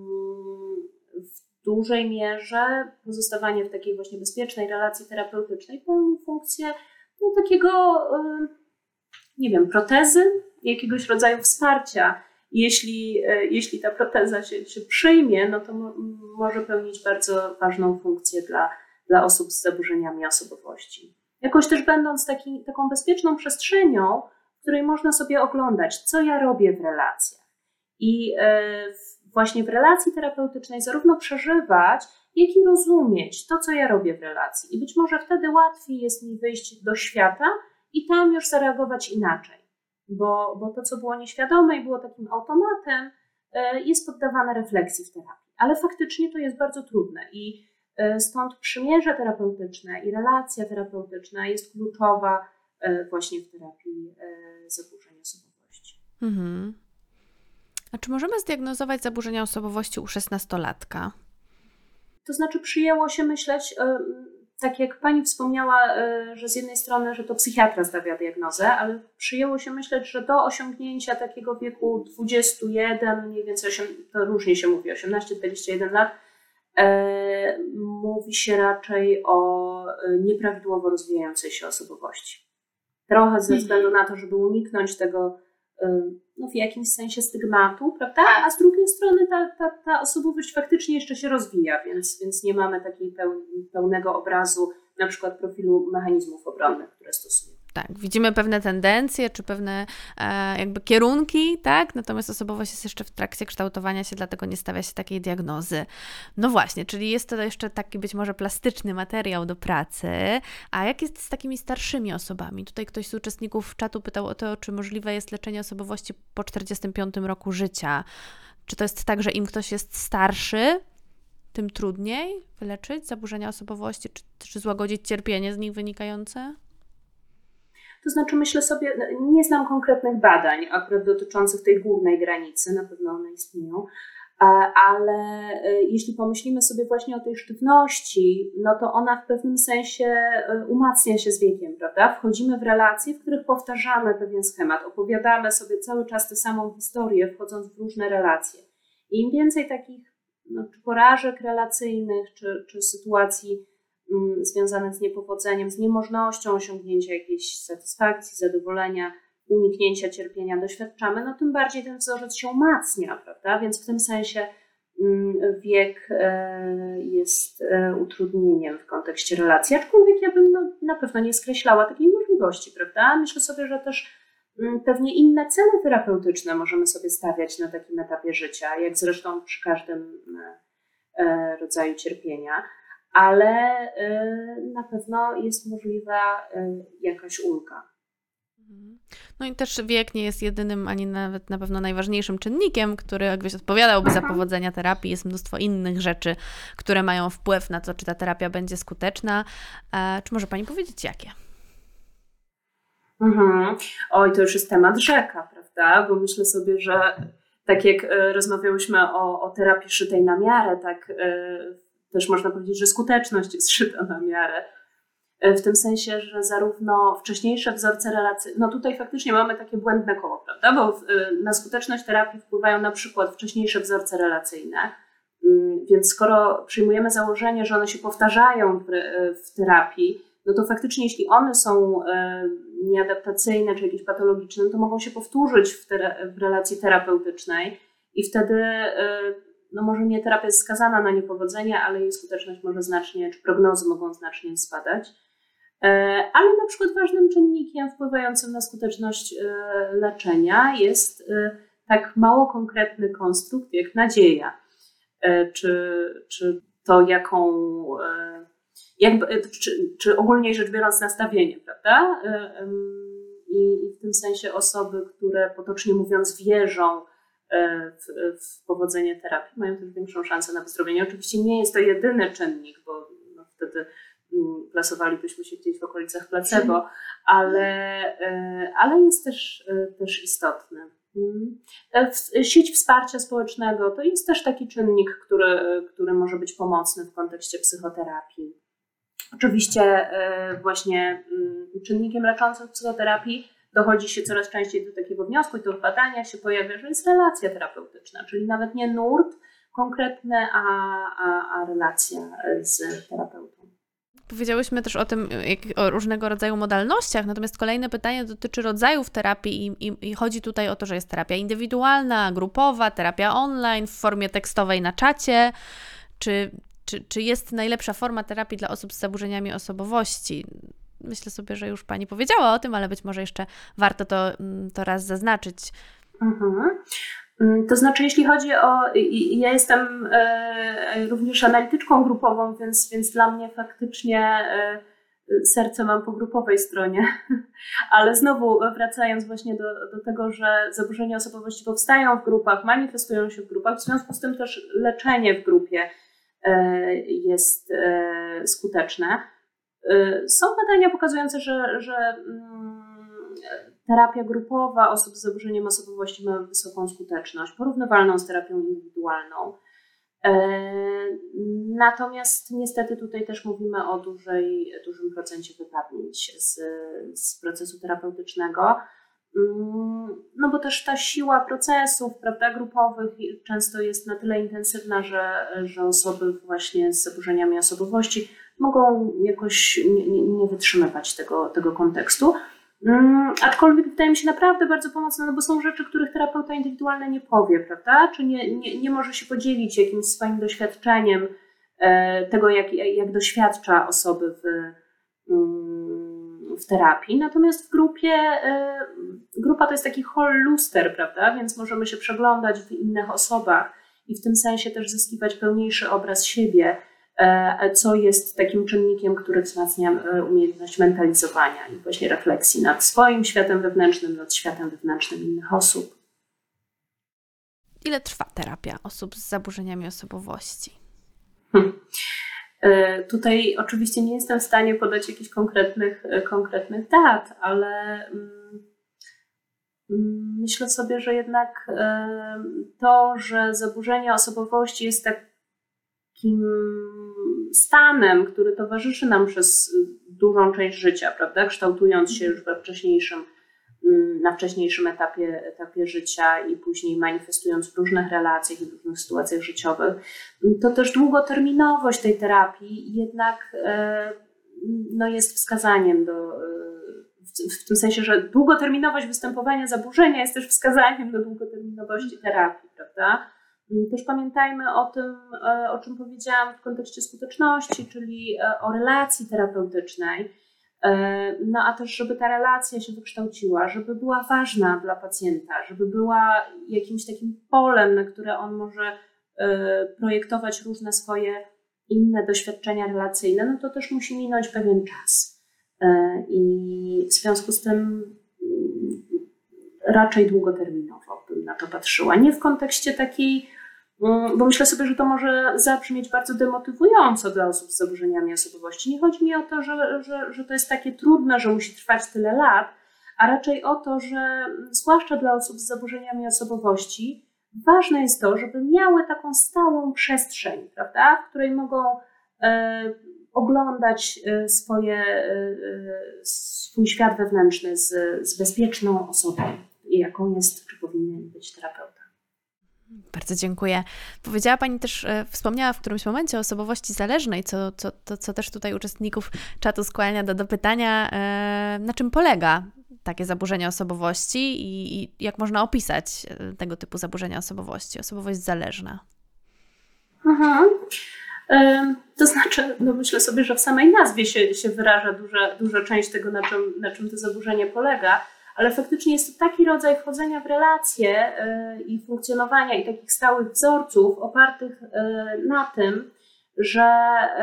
w dużej mierze pozostawanie w takiej właśnie bezpiecznej relacji terapeutycznej pełni funkcję no, takiego, nie wiem, protezy, jakiegoś rodzaju wsparcia. Jeśli, jeśli ta proteza się, się przyjmie, no to mo, może pełnić bardzo ważną funkcję dla, dla osób z zaburzeniami osobowości. Jakoś też będąc taki, taką bezpieczną przestrzenią, w której można sobie oglądać, co ja robię w relacjach. I e, właśnie w relacji terapeutycznej zarówno przeżywać, jak i rozumieć to, co ja robię w relacji. I być może wtedy łatwiej jest mi wyjść do świata i tam już zareagować inaczej. Bo, bo to, co było nieświadome i było takim automatem, jest poddawane refleksji w terapii. Ale faktycznie to jest bardzo trudne i stąd przymierze terapeutyczne i relacja terapeutyczna jest kluczowa właśnie w terapii zaburzeń osobowości. Mhm. A czy możemy zdiagnozować zaburzenia osobowości u szesnastolatka? To znaczy przyjęło się myśleć, tak jak pani wspomniała, że z jednej strony, że to psychiatra stawia diagnozę, ale przyjęło się myśleć, że do osiągnięcia takiego wieku dwudziestu jeden, mniej więcej to różnie się mówi, osiemnaście dwadzieścia jeden lat, e, mówi się raczej o nieprawidłowo rozwijającej się osobowości. Trochę ze względu na to, żeby uniknąć tego no, w jakimś sensie stygmatu, prawda? A z drugiej strony ta, ta, ta osobowość faktycznie jeszcze się rozwija, więc, więc nie mamy takiego pełnego obrazu na przykład profilu mechanizmów obronnych, które stosujemy. Tak, widzimy pewne tendencje, czy pewne e, jakby kierunki, tak? Natomiast osobowość jest jeszcze w trakcie kształtowania się, dlatego nie stawia się takiej diagnozy. No właśnie, czyli jest to jeszcze taki być może plastyczny materiał do pracy. A jak jest z takimi starszymi osobami? Tutaj ktoś z uczestników czatu pytał o to, czy możliwe jest leczenie osobowości po czterdziestym piątym roku życia. Czy to jest tak, że im ktoś jest starszy, tym trudniej wyleczyć zaburzenia osobowości, czy, czy złagodzić cierpienie z nich wynikające? To znaczy myślę sobie, nie znam konkretnych badań akurat dotyczących tej głównej granicy, na pewno one istnieją, ale jeśli pomyślimy sobie właśnie o tej sztywności, no to ona w pewnym sensie umacnia się z wiekiem, prawda? Wchodzimy w relacje, w których powtarzamy pewien schemat, opowiadamy sobie cały czas tę samą historię, wchodząc w różne relacje. I im więcej takich no, czy porażek relacyjnych, czy, czy sytuacji związanych z niepowodzeniem, z niemożnością osiągnięcia jakiejś satysfakcji, zadowolenia, uniknięcia cierpienia doświadczamy, no tym bardziej ten wzorzec się umacnia, prawda? Więc w tym sensie wiek jest utrudnieniem w kontekście relacji, aczkolwiek ja bym no, na pewno nie skreślała takiej możliwości, prawda? Myślę sobie, że też pewnie inne cele terapeutyczne możemy sobie stawiać na takim etapie życia, jak zresztą przy każdym rodzaju cierpienia, ale na pewno jest możliwa jakaś ulga. No i też wiek nie jest jedynym, ani nawet na pewno najważniejszym czynnikiem, który jakbyś odpowiadałby za powodzenia terapii. Jest mnóstwo innych rzeczy, które mają wpływ na to, czy ta terapia będzie skuteczna. Czy może Pani powiedzieć, jakie? Mhm. Oj, to już jest temat rzeka, prawda? Bo myślę sobie, że tak jak rozmawiałyśmy o, o terapii szytej na miarę, tak też można powiedzieć, że skuteczność jest szyta na miarę. W tym sensie, że zarówno wcześniejsze wzorce relacyjne, no tutaj faktycznie mamy takie błędne koło, prawda? Bo na skuteczność terapii wpływają na przykład wcześniejsze wzorce relacyjne, więc skoro przyjmujemy założenie, że one się powtarzają w, w terapii, no to faktycznie jeśli one są nieadaptacyjne czy jakieś patologiczne, to mogą się powtórzyć w, te, w relacji terapeutycznej i wtedy no może nie terapia jest skazana na niepowodzenie, ale jej skuteczność może znacznie, czy prognozy mogą znacznie spadać. Ale na przykład ważnym czynnikiem wpływającym na skuteczność leczenia jest tak mało konkretny konstrukt jak nadzieja, czy, czy to jaką, jakby, czy, czy ogólnie rzecz biorąc nastawienie, prawda? I w tym sensie osoby, które potocznie mówiąc wierzą w, w powodzenie terapii, mają też większą szansę na wyzdrowienie. Oczywiście nie jest to jedyny czynnik, bo no wtedy plasowalibyśmy się gdzieś w okolicach placebo, ale, ale jest też, też istotny. Sieć wsparcia społecznego to jest też taki czynnik, który, który może być pomocny w kontekście psychoterapii. Oczywiście właśnie czynnikiem leczącym w psychoterapii dochodzi się coraz częściej do takiego wniosku i do badania się pojawia, że jest relacja terapeutyczna, czyli nawet nie nurt konkretny, a, a, a relacja z terapeutą. Powiedziałyśmy też o tym, jak, o różnego rodzaju modalnościach, natomiast kolejne pytanie dotyczy rodzajów terapii i, i, i chodzi tutaj o to, że jest terapia indywidualna, grupowa, terapia online, w formie tekstowej na czacie. Czy, czy, czy jest najlepsza forma terapii dla osób z zaburzeniami osobowości? Myślę sobie, że już Pani powiedziała o tym, ale być może jeszcze warto to, to raz zaznaczyć. Mhm. To znaczy, jeśli chodzi o... Ja jestem również analityczką grupową, więc, więc dla mnie faktycznie serce mam po grupowej stronie. Ale znowu wracając właśnie do, do tego, że zaburzenia osobowości powstają w grupach, manifestują się w grupach, w związku z tym też leczenie w grupie jest skuteczne. Są badania pokazujące, że, że terapia grupowa osób z zaburzeniem osobowości ma wysoką skuteczność, porównywalną z terapią indywidualną. Natomiast niestety tutaj też mówimy o dużej, dużym procencie wypadnięć z, z procesu terapeutycznego. No bo też ta siła procesów, prawda, grupowych często jest na tyle intensywna, że, że osoby właśnie z zaburzeniami osobowości mogą jakoś nie, nie wytrzymywać tego, tego kontekstu. Aczkolwiek wydaje mi się naprawdę bardzo pomocne, no bo są rzeczy, których terapeuta indywidualny nie powie, prawda? Czy nie, nie, nie może się podzielić jakimś swoim doświadczeniem tego, jak, jak doświadcza osoby w, w terapii. Natomiast w grupie, grupa to jest taki hol luster, prawda? Więc możemy się przeglądać w innych osobach i w tym sensie też zyskiwać pełniejszy obraz siebie, co jest takim czynnikiem, który wzmacnia umiejętność mentalizowania i właśnie refleksji nad swoim światem wewnętrznym, nad światem wewnętrznym innych osób. Ile trwa terapia osób z zaburzeniami osobowości? Hmm. Tutaj oczywiście nie jestem w stanie podać jakichś konkretnych, konkretnych dat, ale myślę sobie, że jednak to, że zaburzenie osobowości jest takim stanem, który towarzyszy nam przez dużą część życia, prawda? Kształtując się już we wcześniejszym, na wcześniejszym etapie, etapie życia i później manifestując w różnych relacjach i w różnych sytuacjach życiowych, to też długoterminowość tej terapii jednak no, jest wskazaniem do, w, w tym sensie, że długoterminowość występowania zaburzenia jest też wskazaniem do długoterminowości terapii, prawda? Też pamiętajmy o tym, o czym powiedziałam w kontekście skuteczności, czyli o relacji terapeutycznej. No a też, żeby ta relacja się wykształciła, żeby była ważna dla pacjenta, żeby była jakimś takim polem, na które on może projektować różne swoje inne doświadczenia relacyjne, no to też musi minąć pewien czas. I w związku z tym raczej długoterminowo bym na to patrzyła. Nie w kontekście takiej, bo myślę sobie, że to może zabrzmieć bardzo demotywująco dla osób z zaburzeniami osobowości. Nie chodzi mi o to, że, że, że to jest takie trudne, że musi trwać tyle lat, a raczej o to, że zwłaszcza dla osób z zaburzeniami osobowości ważne jest to, żeby miały taką stałą przestrzeń, prawda, w której mogą e, oglądać swoje, e, swój świat wewnętrzny z, z bezpieczną osobą, jaką jest, czy powinien być terapeuta. Bardzo dziękuję. Powiedziała Pani też, e, wspomniała w którymś momencie o osobowości zależnej, co, co, to, co też tutaj uczestników czatu skłania do, do pytania, e, na czym polega takie zaburzenie osobowości i, i jak można opisać tego typu zaburzenia osobowości, osobowość zależna. Mhm. E, to znaczy, no myślę sobie, że w samej nazwie się, się wyraża duża, duża część tego, na czym, na czym to zaburzenie polega. Ale faktycznie jest to taki rodzaj wchodzenia w relacje i funkcjonowania i takich stałych wzorców opartych na tym, że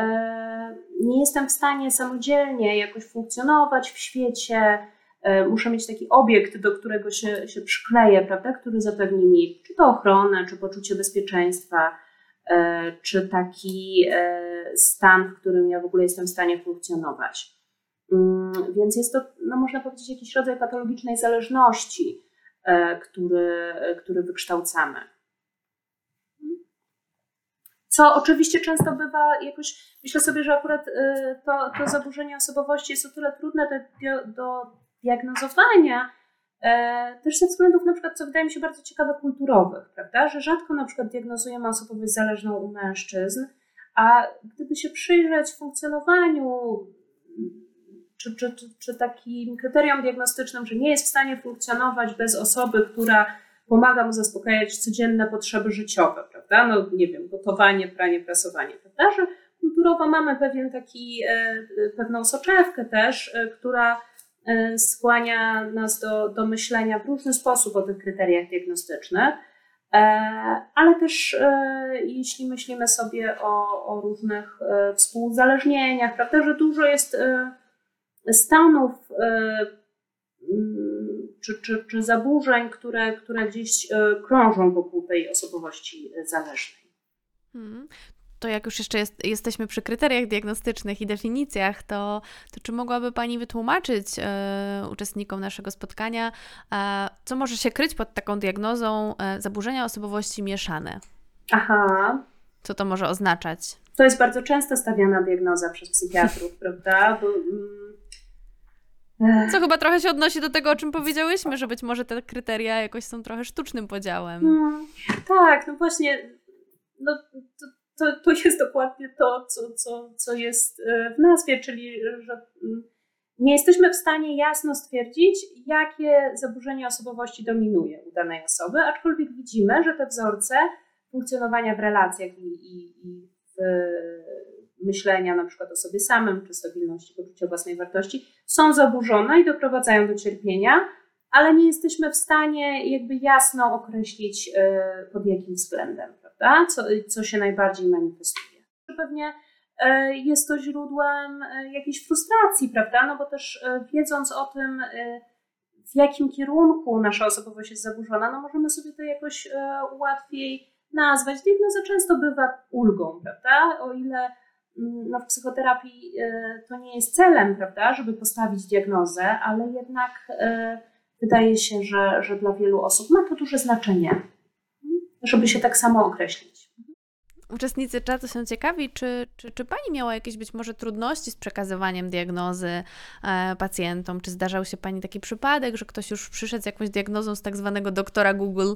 nie jestem w stanie samodzielnie jakoś funkcjonować w świecie. Muszę mieć taki obiekt, do którego się, się przykleję, prawda, który zapewni mi czy to ochronę, czy poczucie bezpieczeństwa, czy taki stan, w którym ja w ogóle jestem w stanie funkcjonować. Więc jest to, no można powiedzieć, jakiś rodzaj patologicznej zależności, który, który wykształcamy. Co oczywiście często bywa jakoś, myślę sobie, że akurat to, to zaburzenie osobowości jest o tyle trudne do, do diagnozowania, też ze względów na przykład, co wydaje mi się bardzo ciekawe, kulturowych, prawda? Że rzadko na przykład diagnozujemy osobowość zależną u mężczyzn, a gdyby się przyjrzeć funkcjonowaniu Czy, czy, czy, czy takim kryterium diagnostycznym, że nie jest w stanie funkcjonować bez osoby, która pomaga mu zaspokajać codzienne potrzeby życiowe, prawda? No nie wiem, gotowanie, pranie, prasowanie, prawda? Że kulturowo mamy pewien taki, pewną soczewkę też, która skłania nas do, do myślenia w różny sposób o tych kryteriach diagnostycznych. ale też jeśli myślimy sobie o, o różnych współuzależnieniach, prawda, że dużo jest stanów czy, czy, czy zaburzeń, które, które gdzieś krążą wokół tej osobowości zależnej. Hmm. To jak już jeszcze jest, jesteśmy przy kryteriach diagnostycznych i definicjach, to, to czy mogłaby Pani wytłumaczyć e, uczestnikom naszego spotkania, e, co może się kryć pod taką diagnozą e, zaburzenia osobowości mieszane? Aha. Co to może oznaczać? To jest bardzo często stawiana diagnoza przez psychiatrów, prawda? Bo, mm, Co chyba trochę się odnosi do tego, o czym powiedziałyśmy, że być może te kryteria jakoś są trochę sztucznym podziałem. Hmm, tak, no właśnie, no to, to, to jest dokładnie to, co, co, co jest w nazwie, czyli że nie jesteśmy w stanie jasno stwierdzić, jakie zaburzenie osobowości dominuje u danej osoby, aczkolwiek widzimy, że te wzorce funkcjonowania w relacjach i, i, i w myślenia na przykład o sobie samym, czy stabilności poczucia własnej wartości są zaburzone i doprowadzają do cierpienia, ale nie jesteśmy w stanie jakby jasno określić pod jakim względem, prawda? Co, co się najbardziej manifestuje. Pewnie jest to źródłem jakiejś frustracji, prawda? No bo też wiedząc o tym, w jakim kierunku nasza osobowość jest zaburzona, no możemy sobie to jakoś łatwiej nazwać. Diagnoza często bywa ulgą, prawda? O ile no, w psychoterapii to nie jest celem, prawda, żeby postawić diagnozę, ale jednak wydaje się, że, że dla wielu osób ma to duże znaczenie, żeby się tak samo określić. Uczestnicy czatu są ciekawi, czy, czy, czy Pani miała jakieś być może trudności z przekazywaniem diagnozy e, pacjentom? Czy zdarzał się Pani taki przypadek, że ktoś już przyszedł z jakąś diagnozą z tak zwanego doktora Google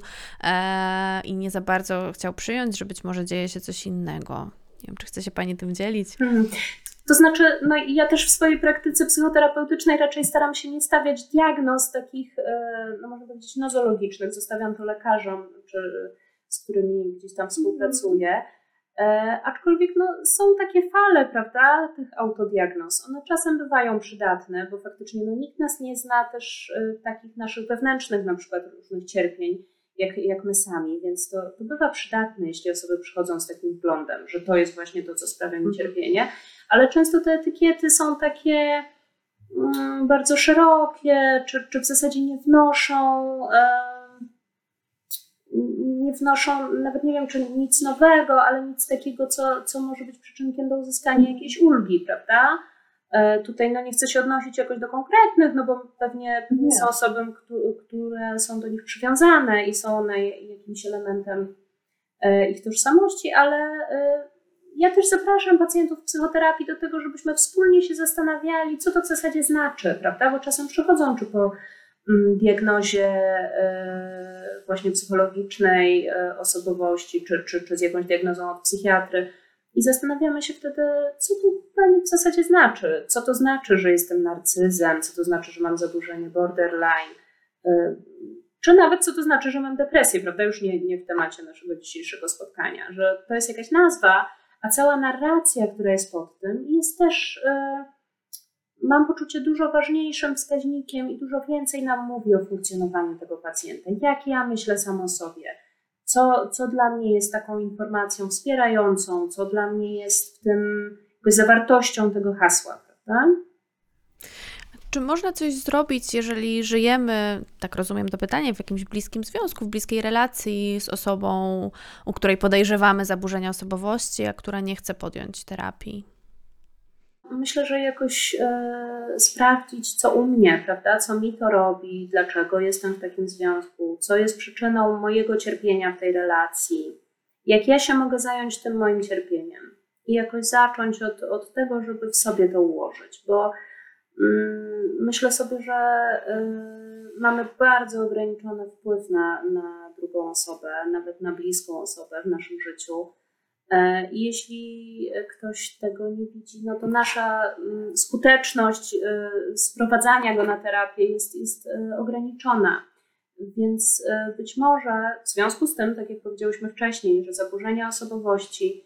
e, i nie za bardzo chciał przyjąć, że być może dzieje się coś innego? Nie wiem, czy chce się Pani tym dzielić? Hmm. To znaczy, no ja też w swojej praktyce psychoterapeutycznej raczej staram się nie stawiać diagnoz takich, no można powiedzieć, nozologicznych. Zostawiam to lekarzom, czy, z którymi gdzieś tam współpracuję. E, aczkolwiek no, są takie fale, prawda, tych autodiagnoz. One czasem bywają przydatne, bo faktycznie no, nikt nas nie zna też e, takich naszych wewnętrznych na przykład różnych cierpień, jak, jak my sami, więc to, to bywa przydatne, jeśli osoby przychodzą z takim wglądem, że to jest właśnie to, co sprawia mi cierpienie, ale często te etykiety są takie mm, bardzo szerokie, czy, czy w zasadzie nie wnoszą e, nie wnoszą, nawet nie wiem, czy nic nowego, ale nic takiego, co, co może być przyczynkiem do uzyskania jakiejś ulgi, prawda? E, tutaj no nie chcę się odnosić jakoś do konkretnych, no bo pewnie, pewnie są osoby, które są do nich przywiązane i są one jakimś elementem e, ich tożsamości, ale e, ja też zapraszam pacjentów psychoterapii do tego, żebyśmy wspólnie się zastanawiali, co to w zasadzie znaczy, prawda? Bo czasem przychodzą, czy po diagnozie właśnie psychologicznej osobowości, czy, czy, czy z jakąś diagnozą od psychiatry i zastanawiamy się wtedy, co to dla nich w zasadzie znaczy. Co to znaczy, że jestem narcyzem, co to znaczy, że mam zaburzenie borderline, czy nawet co to znaczy, że mam depresję, prawda? Już nie, nie w temacie naszego dzisiejszego spotkania, że to jest jakaś nazwa, a cała narracja, która jest pod tym, jest też... mam poczucie dużo ważniejszym wskaźnikiem i dużo więcej nam mówi o funkcjonowaniu tego pacjenta. Jak ja myślę sam o sobie, co, co dla mnie jest taką informacją wspierającą, co dla mnie jest w tym jakby zawartością tego hasła, prawda? Czy można coś zrobić, jeżeli żyjemy, tak rozumiem to pytanie, w jakimś bliskim związku, w bliskiej relacji z osobą, u której podejrzewamy zaburzenia osobowości, a która nie chce podjąć terapii? Myślę, że jakoś e, sprawdzić, co u mnie, prawda, co mi to robi, dlaczego jestem w takim związku, co jest przyczyną mojego cierpienia w tej relacji, jak ja się mogę zająć tym moim cierpieniem i jakoś zacząć od, od tego, żeby w sobie to ułożyć, bo mm, myślę sobie, że y, mamy bardzo ograniczony wpływ na, na drugą osobę, nawet na bliską osobę w naszym życiu. I jeśli ktoś tego nie widzi, no to nasza skuteczność sprowadzania go na terapię jest, jest ograniczona. Więc być może w związku z tym, tak jak powiedziałyśmy wcześniej, że zaburzenia osobowości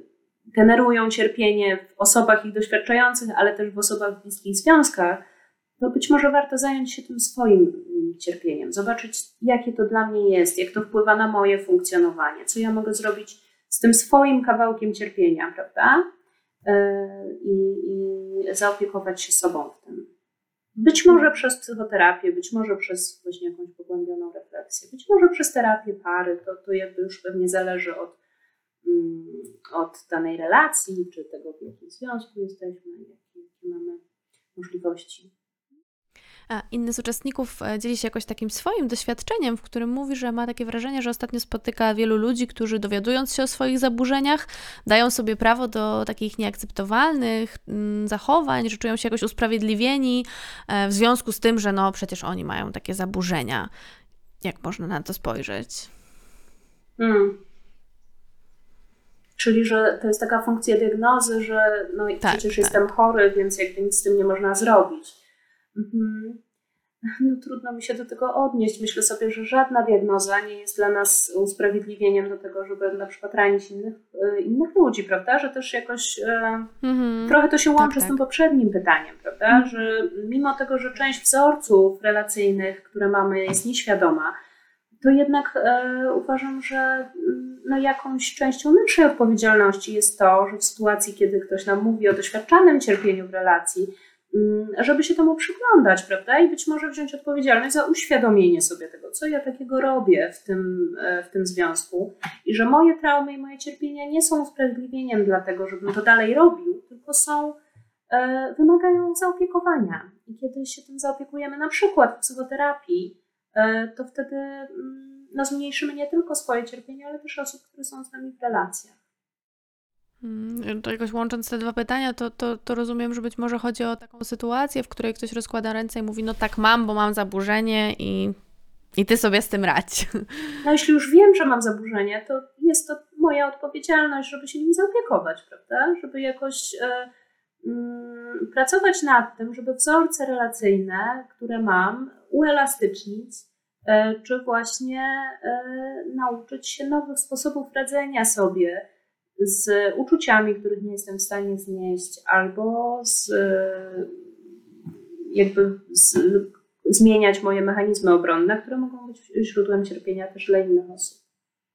generują cierpienie w osobach ich doświadczających, ale też w osobach w bliskich związkach, to być może warto zająć się tym swoim cierpieniem, zobaczyć, jakie to dla mnie jest, jak to wpływa na moje funkcjonowanie, co ja mogę zrobić z tym swoim kawałkiem cierpienia, prawda? I, i zaopiekować się sobą w tym. Być może przez psychoterapię, być może przez właśnie jakąś pogłębioną refleksję, być może przez terapię pary, to, to jakby już pewnie zależy od, od danej relacji, czy tego, w jakim związku jesteśmy, jakie, jakie mamy możliwości. A inny z uczestników dzieli się jakoś takim swoim doświadczeniem, w którym mówi, że ma takie wrażenie, że ostatnio spotyka wielu ludzi, którzy dowiadując się o swoich zaburzeniach, dają sobie prawo do takich nieakceptowalnych zachowań, że czują się jakoś usprawiedliwieni w związku z tym, że no przecież oni mają takie zaburzenia. Jak można na to spojrzeć? Hmm. Czyli, że to jest taka funkcja diagnozy, że no tak, przecież tak. jestem chory, więc jakby nic z tym nie można zrobić. Mhm. No trudno mi się do tego odnieść. Myślę sobie, że żadna diagnoza nie jest dla nas usprawiedliwieniem do tego, żeby na przykład ranić innych, innych ludzi, prawda? Że też jakoś mhm. trochę to się łączy tak, z tym tak. poprzednim pytaniem, prawda? Mhm. Że mimo tego, że część wzorców relacyjnych, które mamy, jest nieświadoma, to jednak e, uważam, że no, jakąś częścią naszej odpowiedzialności jest to, że w sytuacji, kiedy ktoś nam mówi o doświadczanym cierpieniu w relacji, żeby się temu przyglądać, prawda? I być może wziąć odpowiedzialność za uświadomienie sobie tego, co ja takiego robię w tym, w tym związku i że moje traumy i moje cierpienia nie są usprawiedliwieniem dlatego, żebym to dalej robił, tylko są, e, wymagają zaopiekowania. I kiedy się tym zaopiekujemy na przykład w psychoterapii, e, to wtedy no, zmniejszymy nie tylko swoje cierpienie, ale też osób, które są z nami w relacjach. To jakoś łącząc te dwa pytania, to, to, to rozumiem, że być może chodzi o taką sytuację, w której ktoś rozkłada ręce i mówi, no tak mam, bo mam zaburzenie i, i ty sobie z tym radź. No jeśli już wiem, że mam zaburzenie, to jest to moja odpowiedzialność, żeby się nim zaopiekować, prawda? Żeby jakoś e, mm, pracować nad tym, żeby wzorce relacyjne, które mam, uelastycznić, e, czy właśnie e, nauczyć się nowych sposobów radzenia sobie z uczuciami, których nie jestem w stanie znieść, albo z, jakby z, zmieniać moje mechanizmy obronne, które mogą być źródłem cierpienia też dla innych osób.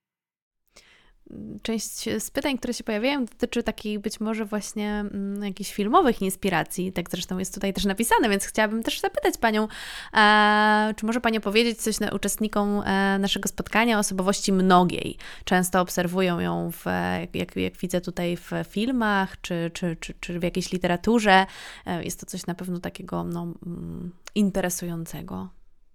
Część z pytań, które się pojawiają, dotyczy takich być może właśnie mm, jakichś filmowych inspiracji, tak zresztą jest tutaj też napisane, więc chciałabym też zapytać Panią, e, czy może Pani opowiedzieć coś na, uczestnikom e, naszego spotkania o osobowości mnogiej. Często obserwują ją, w, jak, jak widzę tutaj w filmach, czy, czy, czy, czy w jakiejś literaturze. E, jest to coś na pewno takiego no, mm, interesującego.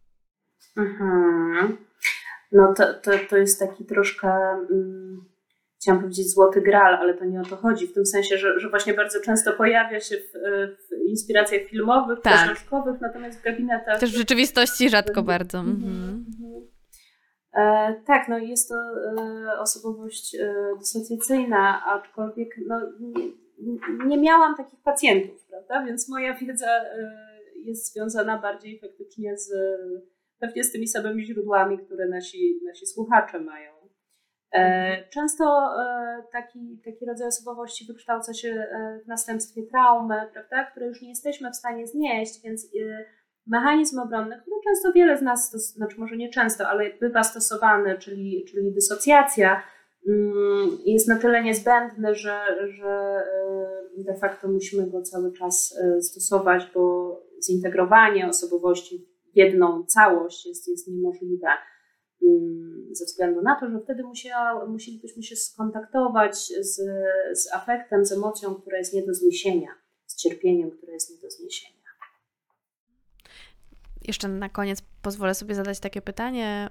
Mhm. No to, to, to jest taki troszkę, um, chciałam powiedzieć złoty gral, ale to nie o to chodzi, w tym sensie, że, że właśnie bardzo często pojawia się w, w inspiracjach filmowych, tak. książkowych, natomiast w gabinetach... Też w rzeczywistości rzadko bardzo. Mhm. Mhm. E, tak, no jest to e, osobowość e, dysocjacyjna, aczkolwiek no, nie, nie miałam takich pacjentów, prawda, więc moja wiedza e, jest związana bardziej faktycznie z... pewnie z tymi samymi źródłami, które nasi, nasi słuchacze mają. Często taki, taki rodzaj osobowości wykształca się w następstwie traumy, prawda, które już nie jesteśmy w stanie znieść, więc mechanizm obronny, który często wiele z nas, stos- znaczy może nie często, ale bywa stosowany, czyli, czyli dysocjacja, jest na tyle niezbędny, że, że de facto musimy go cały czas stosować, bo zintegrowanie osobowości w jedną całość jest, jest niemożliwe ze względu na to, że wtedy musiała, musielibyśmy się skontaktować z, z afektem, z emocją, która jest nie do zniesienia, z cierpieniem, które jest nie do zniesienia. Jeszcze na koniec pozwolę sobie zadać takie pytanie.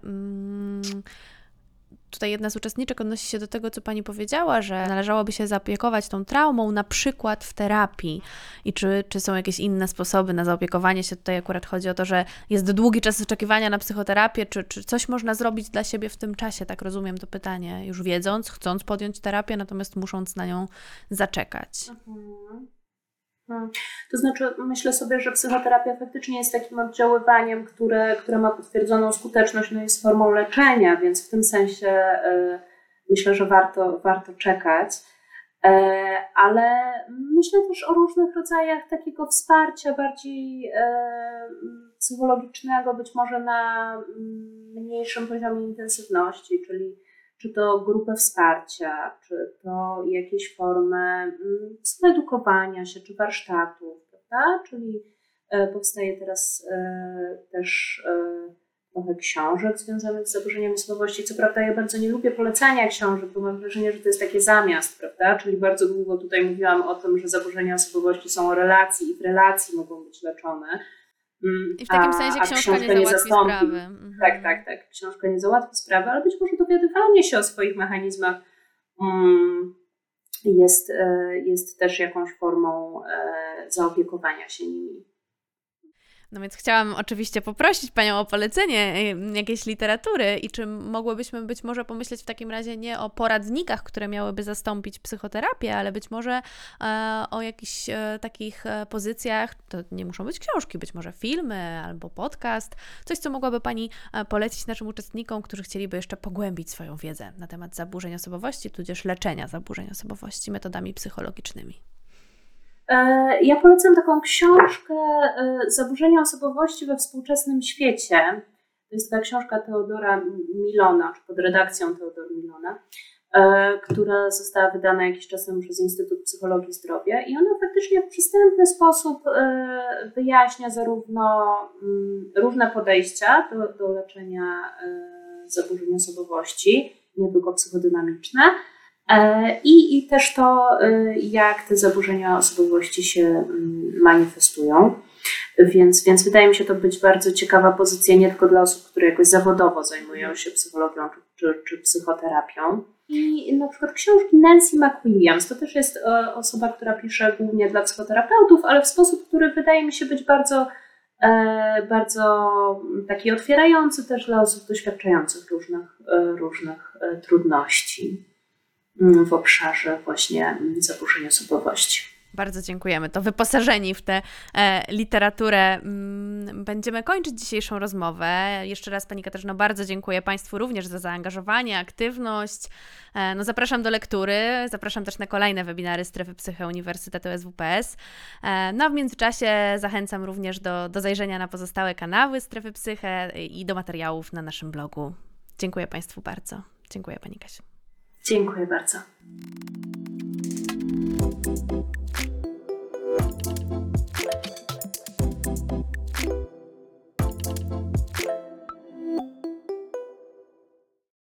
Tutaj jedna z uczestniczek odnosi się do tego, co Pani powiedziała, że należałoby się zaopiekować tą traumą, na przykład w terapii. I czy, czy są jakieś inne sposoby na zaopiekowanie się? Tutaj akurat chodzi o to, że jest długi czas oczekiwania na psychoterapię. Czy, czy coś można zrobić dla siebie w tym czasie? Tak rozumiem to pytanie. Już wiedząc, chcąc podjąć terapię, natomiast musząc na nią zaczekać. Mhm. Hmm. To znaczy, myślę sobie, że psychoterapia faktycznie jest takim oddziaływaniem, które, które ma potwierdzoną skuteczność, no jest formą leczenia, więc w tym sensie y, myślę, że warto, warto czekać. Y, ale myślę też o różnych rodzajach takiego wsparcia bardziej psychologicznego, być może na mniejszym poziomie intensywności, czyli czy to grupę wsparcia, czy to jakieś formy edukowania się, czy warsztatów, prawda? Czyli powstaje teraz też trochę książek związanych z zaburzeniem osobowości. Co prawda ja bardzo nie lubię polecania książek, bo mam wrażenie, że to jest takie zamiast, prawda? Czyli bardzo długo tutaj mówiłam o tym, że zaburzenia osobowości są o relacji i w relacji mogą być leczone. I w takim a, sensie książka, książka nie, nie załatwi zastąpi. sprawy. Mhm. Tak, tak, tak. Książka nie załatwi sprawy, ale być może dowiadywanie się o swoich mechanizmach um, jest, jest też jakąś formą e, zaopiekowania się nimi. No więc chciałam oczywiście poprosić Panią o polecenie jakiejś literatury i czy mogłybyśmy być może pomyśleć w takim razie nie o poradnikach, które miałyby zastąpić psychoterapię, ale być może e, o jakichś e, takich pozycjach, to nie muszą być książki, być może filmy albo podcast, coś, co mogłaby Pani polecić naszym uczestnikom, którzy chcieliby jeszcze pogłębić swoją wiedzę na temat zaburzeń osobowości, tudzież leczenia zaburzeń osobowości metodami psychologicznymi. Ja polecam taką książkę Zaburzenia osobowości we współczesnym świecie. To jest taka książka Theodora Millona, czy pod redakcją Theodora Millona, która została wydana jakiś czas temu przez Instytut Psychologii Zdrowia i ona faktycznie w przystępny sposób wyjaśnia zarówno różne podejścia do, do leczenia zaburzeń osobowości, nie tylko psychodynamiczne, I, i też to, jak te zaburzenia osobowości się manifestują. Więc, więc wydaje mi się to być bardzo ciekawa pozycja nie tylko dla osób, które jakoś zawodowo zajmują się psychologią czy, czy, czy psychoterapią. I na przykład książki Nancy McWilliams, to też jest osoba, która pisze głównie dla psychoterapeutów, ale w sposób, który wydaje mi się być bardzo, bardzo taki otwierający też dla osób doświadczających różnych, różnych trudności w obszarze właśnie zaburzeń osobowości. Bardzo dziękujemy. To wyposażeni w tę e, literaturę m, będziemy kończyć dzisiejszą rozmowę. Jeszcze raz Pani Katarzyno bardzo dziękuję Państwu również za zaangażowanie, aktywność. E, no zapraszam do lektury, zapraszam też na kolejne webinary Strefy Psyche Uniwersytetu S W P S. E, no a w międzyczasie zachęcam również do, do zajrzenia na pozostałe kanały Strefy Psyche i do materiałów na naszym blogu. Dziękuję Państwu bardzo. Dziękuję Pani Kasiu. Dziękuję bardzo.